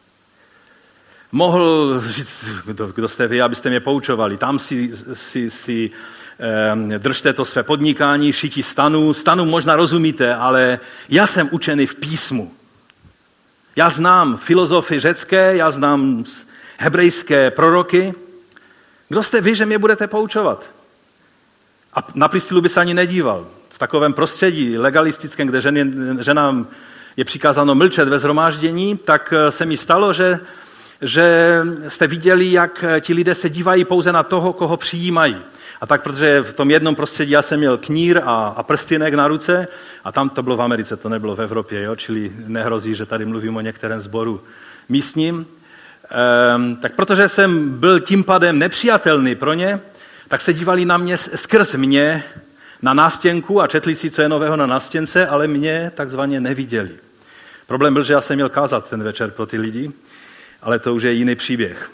mohl říct, kdo, kdo jste vy, abyste mě poučovali, tam si, si, si eh, držte to své podnikání, šití stanu, stanu možná rozumíte, ale já jsem učený v písmu. Já znám filozofy řecké, já znám hebrejské proroky. Kdo jste vy, že mě budete poučovat? A na Pristilu by se ani nedíval. V takovém prostředí legalistickém, kde ženy, ženám je přikázáno mlčet ve shromáždění, tak se mi stalo, že, že jste viděli, jak ti lidé se dívají pouze na toho, koho přijímají. A tak, protože v tom jednom prostředí já jsem měl knír a, a prstinek na ruce, a tam to bylo v Americe, to nebylo v Evropě, jo? Čili nehrozí, že tady mluvím o některém sboru místním. Ehm, tak protože jsem byl tím pádem nepřijatelný pro ně, tak se dívali na mě skrz mě na nástěnku a četli si, co je nového na nástěnce, ale mě takzvaně neviděli. Problém byl, že já jsem měl kázat ten večer pro ty lidi, ale to už je jiný příběh.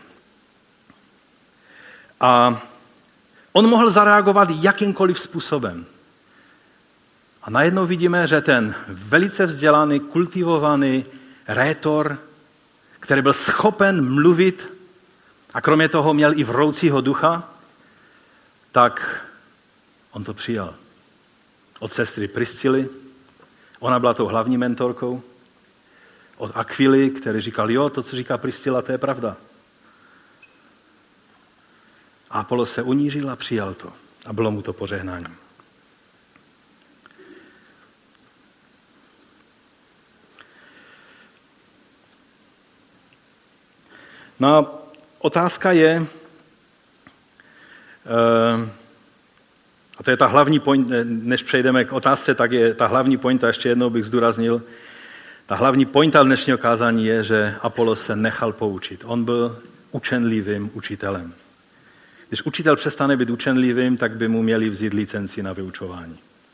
A on mohl zareagovat jakýmkoliv způsobem. A najednou vidíme, že ten velice vzdělaný, kultivovaný rétor, který byl schopen mluvit a kromě toho měl i vroucího ducha, tak on to přijal. Od sestry Priscily, ona byla tou hlavní mentorkou, od Akvily, který říkal, jo, to, co říká Priscila, to je pravda. A Apolos se unížil a přijal to. A bylo mu to požehnáním. No a otázka je, a to je ta hlavní point, než přejdeme k otázce, tak je ta hlavní pointa, ještě jednou bych zdůraznil, ta hlavní pointa dnešního kázání je, že Apolos se nechal poučit. On byl učenlivým učitelem. Když učitel přestane být učenlivým, tak by mu měli vzít licenci na vyučování.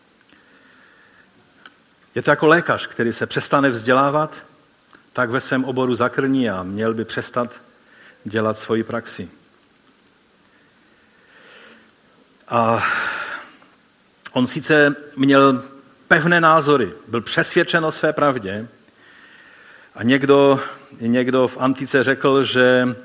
Je to jako lékař, který se přestane vzdělávat, tak ve svém oboru zakrní a měl by přestat dělat svoji praxi. A on sice měl pevné názory, byl přesvědčen o své pravdě. A někdo, někdo v antice řekl, že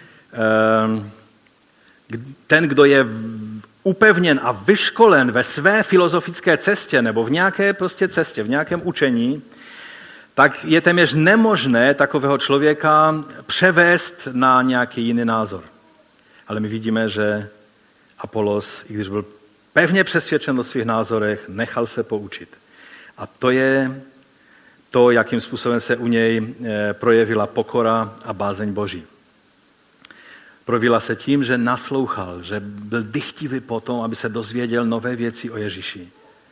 ten, kdo je upevněn a vyškolen ve své filozofické cestě nebo v nějaké prostě cestě, v nějakém učení, tak je téměř nemožné takového člověka převést na nějaký jiný názor. Ale my vidíme, že Apolos, i když byl pevně přesvědčen o svých názorech, nechal se poučit. A to je to, jakým způsobem se u něj projevila pokora a bázeň Boží. Projevila se tím, že naslouchal, že byl dychtivý potom, aby se dozvěděl nové věci o Ježíši.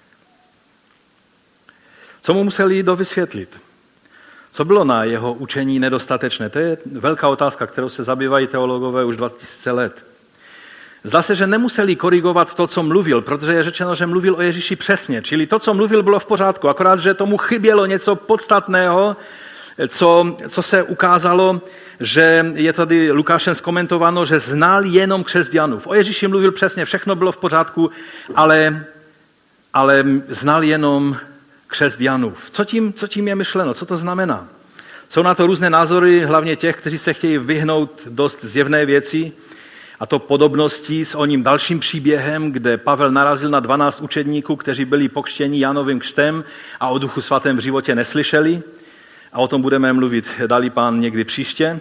Co mu museli dovysvětlit? Co bylo na jeho učení nedostatečné? To je velká otázka, kterou se zabývají teologové už dva tisíce let. Zdá se, že nemuseli korigovat to, co mluvil, protože je řečeno, že mluvil o Ježíši přesně. Čili to, co mluvil, bylo v pořádku, akorát, že tomu chybělo něco podstatného, co, co se ukázalo, že je tady Lukášem zkomentováno, že znal jenom křesťanův. O Ježíši mluvil přesně, všechno bylo v pořádku, ale, ale znal jenom křesťanův. Co tím, co tím je myšleno? Co to znamená? Jsou na to různé názory, hlavně těch, kteří se chtějí vyhnout dost zjevné věci, a to podobností s oním dalším příběhem, kde Pavel narazil na dvanáct učedníků, kteří byli pokřtěni Janovým křtem a o Duchu svatém v životě neslyšeli. A o tom budeme mluvit, dali Pán, někdy příště.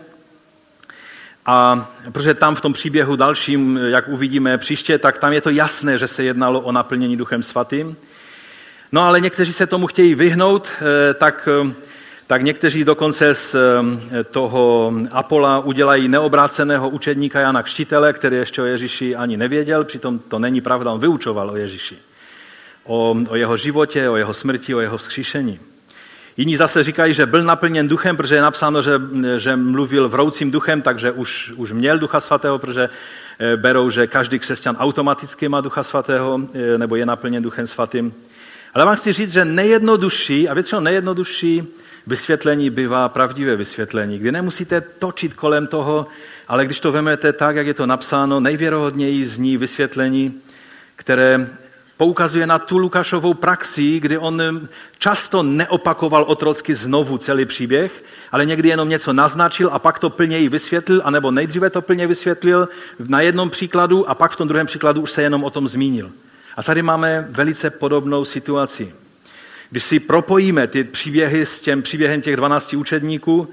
A protože tam v tom příběhu dalším, jak uvidíme příště, tak tam je to jasné, že se jednalo o naplnění Duchem svatým. No ale někteří se tomu chtějí vyhnout, tak, tak někteří dokonce z toho Apola udělají neobráceného učedníka Jana Křtitele, který ještě o Ježíši ani nevěděl, přitom to není pravda, on vyučoval o Ježíši. O, o jeho životě, o jeho smrti, o jeho vzkříšení. Jiní zase říkají, že byl naplněn duchem, protože je napsáno, že, že mluvil vroucím duchem, takže už, už měl Ducha svatého, protože berou, že každý křesťan automaticky má Ducha svatého, nebo je naplněn Duchem svatým. Ale vám chci říct, že nejjednodušší, a většinou nejjednodušší vysvětlení bývá pravdivé vysvětlení, kdy nemusíte točit kolem toho, ale když to vezmete tak, jak je to napsáno, nejvěrohodněji zní vysvětlení, které poukazuje na tu Lukášovou praxi, kdy on často neopakoval otrocky znovu celý příběh, ale někdy jenom něco naznačil a pak to plněji vysvětlil, anebo nejdříve to plně vysvětlil na jednom příkladu a pak v tom druhém příkladu už se jenom o tom zmínil. A tady máme velice podobnou situaci. Když si propojíme ty příběhy s tím příběhem těch dvanácti učedníků,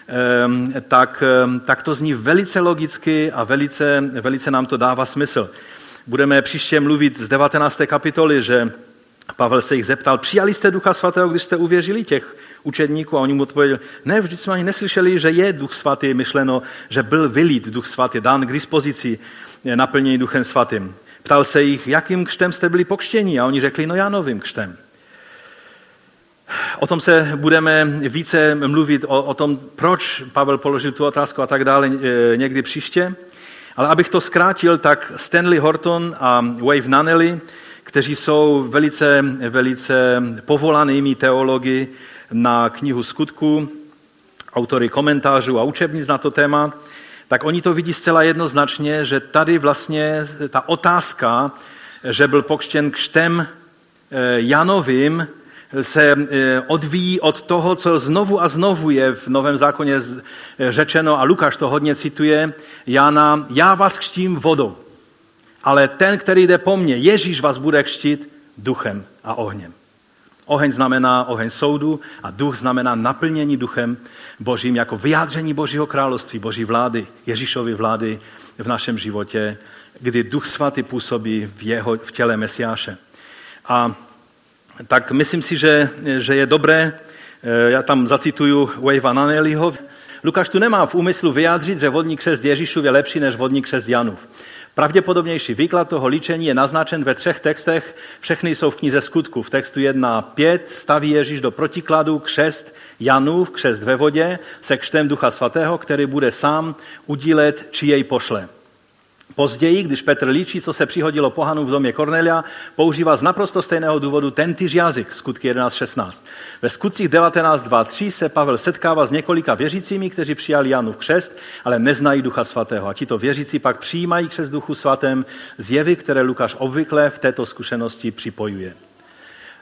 tak, tak to zní velice logicky a velice, velice nám to dává smysl. Budeme příště mluvit z devatenácté kapitoly, že Pavel se jich zeptal, přijali jste Ducha svatého, když jste uvěřili těch učedníků? A oni mu odpověděli, ne, vždyť jsme ani neslyšeli, že je Duch svatý, myšleno, že byl vylít Duch svatý, dán k dispozici naplnění Duchem svatým. Ptal se jich, jakým křtem jste byli pokřtěni? A oni řekli, no Janovým křtem. O tom se budeme více mluvit, o, o tom, proč Pavel položil tu otázku a tak dále někdy příště. Ale abych to zkrátil, tak Stanley Horton a Wave Nunnally, kteří jsou velice, velice povolanými teology na knihu Skutků, autory komentářů a učebnic na to téma, tak oni to vidí zcela jednoznačně, že tady vlastně ta otázka, že byl pokřtěn křtem Janovým, se odvíjí od toho, co znovu a znovu je v Novém zákoně řečeno, a Lukáš to hodně cituje, Jana, já vás křtím vodou, ale ten, který jde po mně, Ježíš vás bude křtít duchem a ohněm. Oheň znamená oheň soudu a duch znamená naplnění duchem Božím jako vyjádření Božího království, Boží vlády, Ježíšovy vlády v našem životě, kdy Duch svatý působí v, jeho, v těle Mesiáše. A tak myslím si, že, že je dobré, já tam zacituju Wavea Nunnallyho. Lukáš tu nemá v úmyslu vyjádřit, že vodní křest Ježíšův je lepší než vodní křest Janův. Pravděpodobnější výklad toho líčení je naznačen ve třech textech, všechny jsou v knize Skutků. V textu jedna pět staví Ježíš do protikladu křest Janův, křest ve vodě, se křtem Ducha svatého, který bude sám udílet, či jej pošle. Později, když Petr líčí, co se přihodilo pohanům v domě Kornelia, používá z naprosto stejného důvodu tentýž jazyk, Skutky jedenáct šestnáct. Ve Skutcích devatenáct dva tři se Pavel setkává s několika věřícími, kteří přijali Janův křest, ale neznají Ducha svatého. A tito věřící pak přijímají křest Duchu svatém, zjevy, které Lukáš obvykle v této zkušenosti připojuje.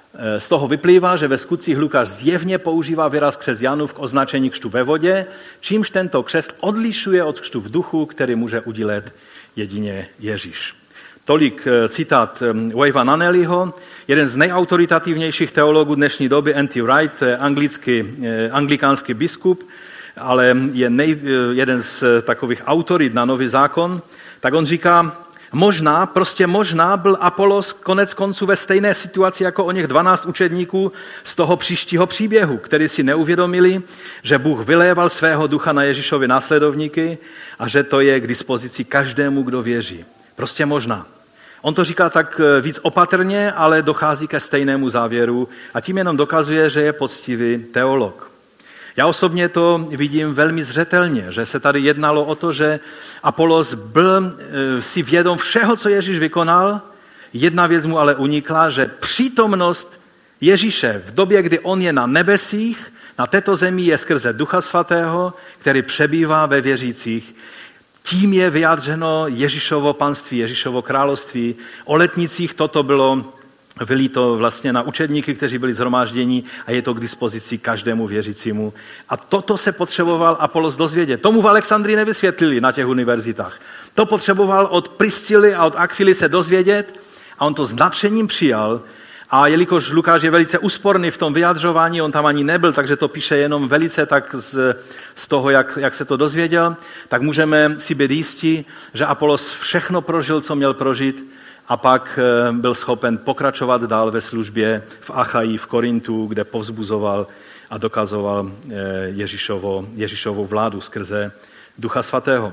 Z toho vyplývá, že ve skutcích Lukáš zjevně používá výraz křest Janův k označení křtu ve vodě, čímž tento křest odlišuje od křtu v duchu, který může udělat jedině Ježíš. Tolik citát Wavea Nanelliho, jeden z nejautoritativnějších teologů dnešní doby, N T Wright, anglický, anglikánský biskup, ale je nej, jeden z takových autorit na Nový zákon, tak on říká, možná, prostě možná byl Apolos konec konců ve stejné situaci jako o něch dvanáct učedníků z toho příštího příběhu, kteří si neuvědomili, že Bůh vyléval svého ducha na Ježíšovy následovníky a že to je k dispozici každému, kdo věří. Prostě možná. On to říká tak víc opatrně, ale dochází ke stejnému závěru a tím jenom dokazuje, že je poctivý teolog. Já osobně to vidím velmi zřetelně, že se tady jednalo o to, že Apolos byl si vědom všeho, co Ježíš vykonal. Jedna věc mu ale unikla, že přítomnost Ježíše v době, kdy on je na nebesích, na této zemi je skrze Ducha Svatého, který přebývá ve věřících. Tím je vyjádřeno Ježíšovo panství, Ježíšovo království. O letnicích toto bylo vylíto vlastně na učedníky, kteří byli shromážděni a je to k dispozici každému věřícímu. A toto se potřeboval Apolos dozvědět. Tomu v Alexandrii nevysvětlili na těch univerzitách. To potřeboval od Priscily a od Akvily se dozvědět a on to s nadšením přijal. A jelikož Lukáš je velice úsporný v tom vyjadřování, on tam ani nebyl, takže to píše jenom velice tak z, z toho, jak, jak se to dozvěděl, tak můžeme si být jistí, že Apolos všechno prožil, co měl prožít, a pak byl schopen pokračovat dál ve službě v Achaji, v Korintu, kde povzbuzoval a dokazoval Ježíšovo, Ježíšovu vládu skrze Ducha Svatého.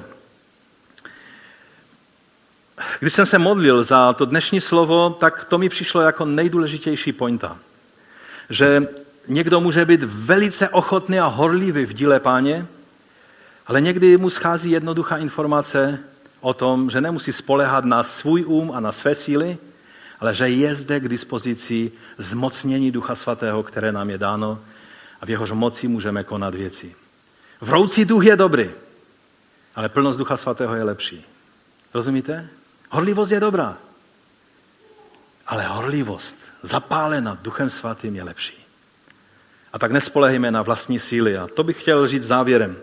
Když jsem se modlil za to dnešní slovo, tak to mi přišlo jako nejdůležitější pointa. Že někdo může být velice ochotný a horlivý v díle Páně, ale někdy mu schází jednoduchá informace o tom, že nemusí spoléhat na svůj um a na své síly, ale že je zde k dispozici zmocnění Ducha Svatého, které nám je dáno a v jehož moci můžeme konat věci. Vroucí duch je dobrý, ale plnost Ducha Svatého je lepší. Rozumíte? Horlivost je dobrá, ale horlivost zapálena Duchem Svatým je lepší. A tak nespolehejme na vlastní síly. A to bych chtěl říct závěrem.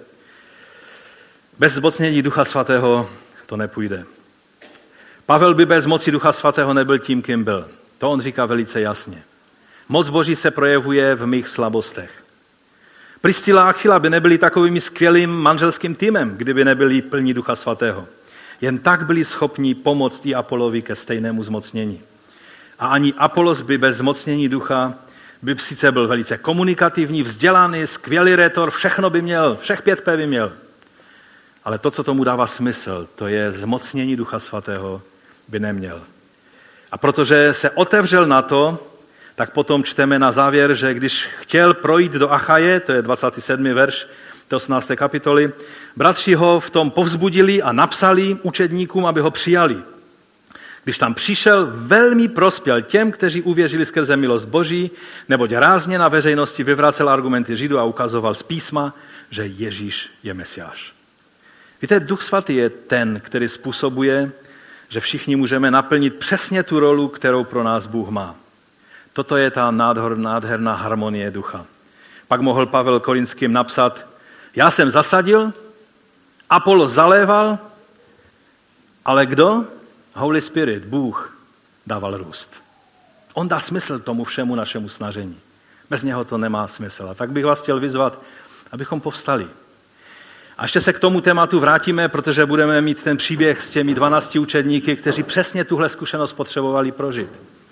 Bez zmocnění Ducha Svatého to nepůjde. Pavel by bez moci Ducha Svatého nebyl tím, kým byl. To on říká velice jasně. Moc Boží se projevuje v mých slabostech. Priscila a Achila by nebyli takovým skvělým manželským týmem, kdyby nebyli plní Ducha Svatého. Jen tak byli schopni pomoct i Apolovi ke stejnému zmocnění. A ani Apolos by bez zmocnění ducha by sice byl velice komunikativní, vzdělaný, skvělý rétor, všechno by měl, všech pět P by měl. Ale to, co tomu dává smysl, to je zmocnění Ducha Svatého, by neměl. A protože se otevřel na to, tak potom čteme na závěr, že když chtěl projít do Achaje, to je dvacátý sedmý verš, osmnácté kapitoly, bratři ho v tom povzbudili a napsali učedníkům, aby ho přijali. Když tam přišel, velmi prospěl těm, kteří uvěřili skrze milost Boží, neboť rázně na veřejnosti vyvracel argumenty Židů a ukazoval z písma, že Ježíš je Mesiáš. Víte, Duch Svatý je ten, který způsobuje, že všichni můžeme naplnit přesně tu rolu, kterou pro nás Bůh má. Toto je ta nádherná harmonie ducha. Pak mohl Pavel Korinským napsat, já jsem zasadil, Apolos zaléval, ale kdo? Holy Spirit, Bůh, dával růst. On dá smysl tomu všemu našemu snažení. Bez něho to nemá smysl. A tak bych vás chtěl vyzvat, abychom povstali. A ještě se k tomu tématu vrátíme, protože budeme mít ten příběh s těmi dvanácti učedníky, kteří přesně tuhle zkušenost potřebovali prožít.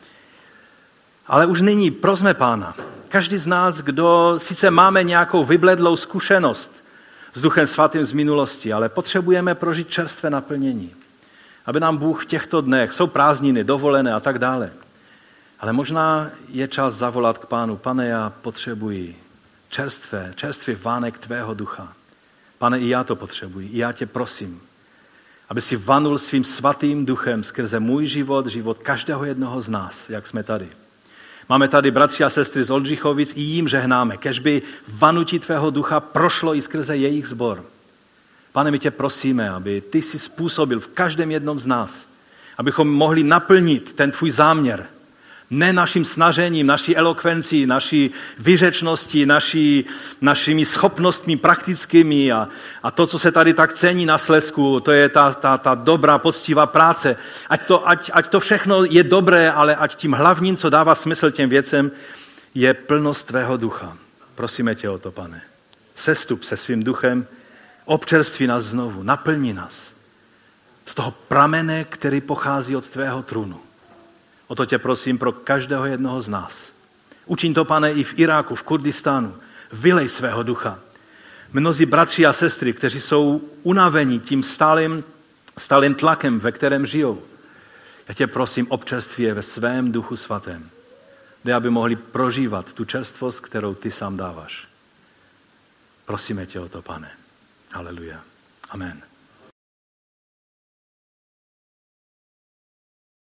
Ale už nyní prosme Pána. Každý z nás, kdo sice máme nějakou vybledlou zkušenost s Duchem Svatým z minulosti, ale potřebujeme prožít čerstvé naplnění. Aby nám Bůh v těchto dnech, jsou prázdniny, dovolené a tak dále. Ale možná je čas zavolat k Pánu. Pane, já potřebuji čerstvé, čerstvý vánek tvého ducha. Pane, i já to potřebuji, i já tě prosím, aby si vanul svým svatým duchem skrze můj život, život každého jednoho z nás, jak jsme tady. Máme tady bratři a sestry z Oldřichovic, i jim žehnáme, kežby vanutí tvého ducha prošlo i skrze jejich sbor. Pane, my tě prosíme, aby ty si způsobil v každém jednom z nás, abychom mohli naplnit ten tvůj záměr, Ne naším snažením, naší elokvencí, naší vyřečností, naší, našimi schopnostmi praktickými a, a to, co se tady tak cení na Slezsku, to je ta, ta, ta dobrá, poctivá práce. Ať to, ať, ať to všechno je dobré, ale ať tím hlavním, co dává smysl těm věcem, je plnost tvého ducha. Prosíme tě o to, Pane. Sestup se svým duchem, občerství nás znovu, naplni nás z toho pramene, který pochází od tvého trůnu. O to tě prosím pro každého jednoho z nás. Učiň to, Pane, i v Iráku, v Kurdistánu. Vylej svého ducha. Mnozí bratři a sestry, kteří jsou unavení tím stálým, stálým tlakem, ve kterém žijou. Já tě prosím, občerství je ve svém duchu svatém, kde aby mohli prožívat tu čerstvost, kterou ty sám dáváš. Prosíme tě o to, Pane. Haleluja. Amen.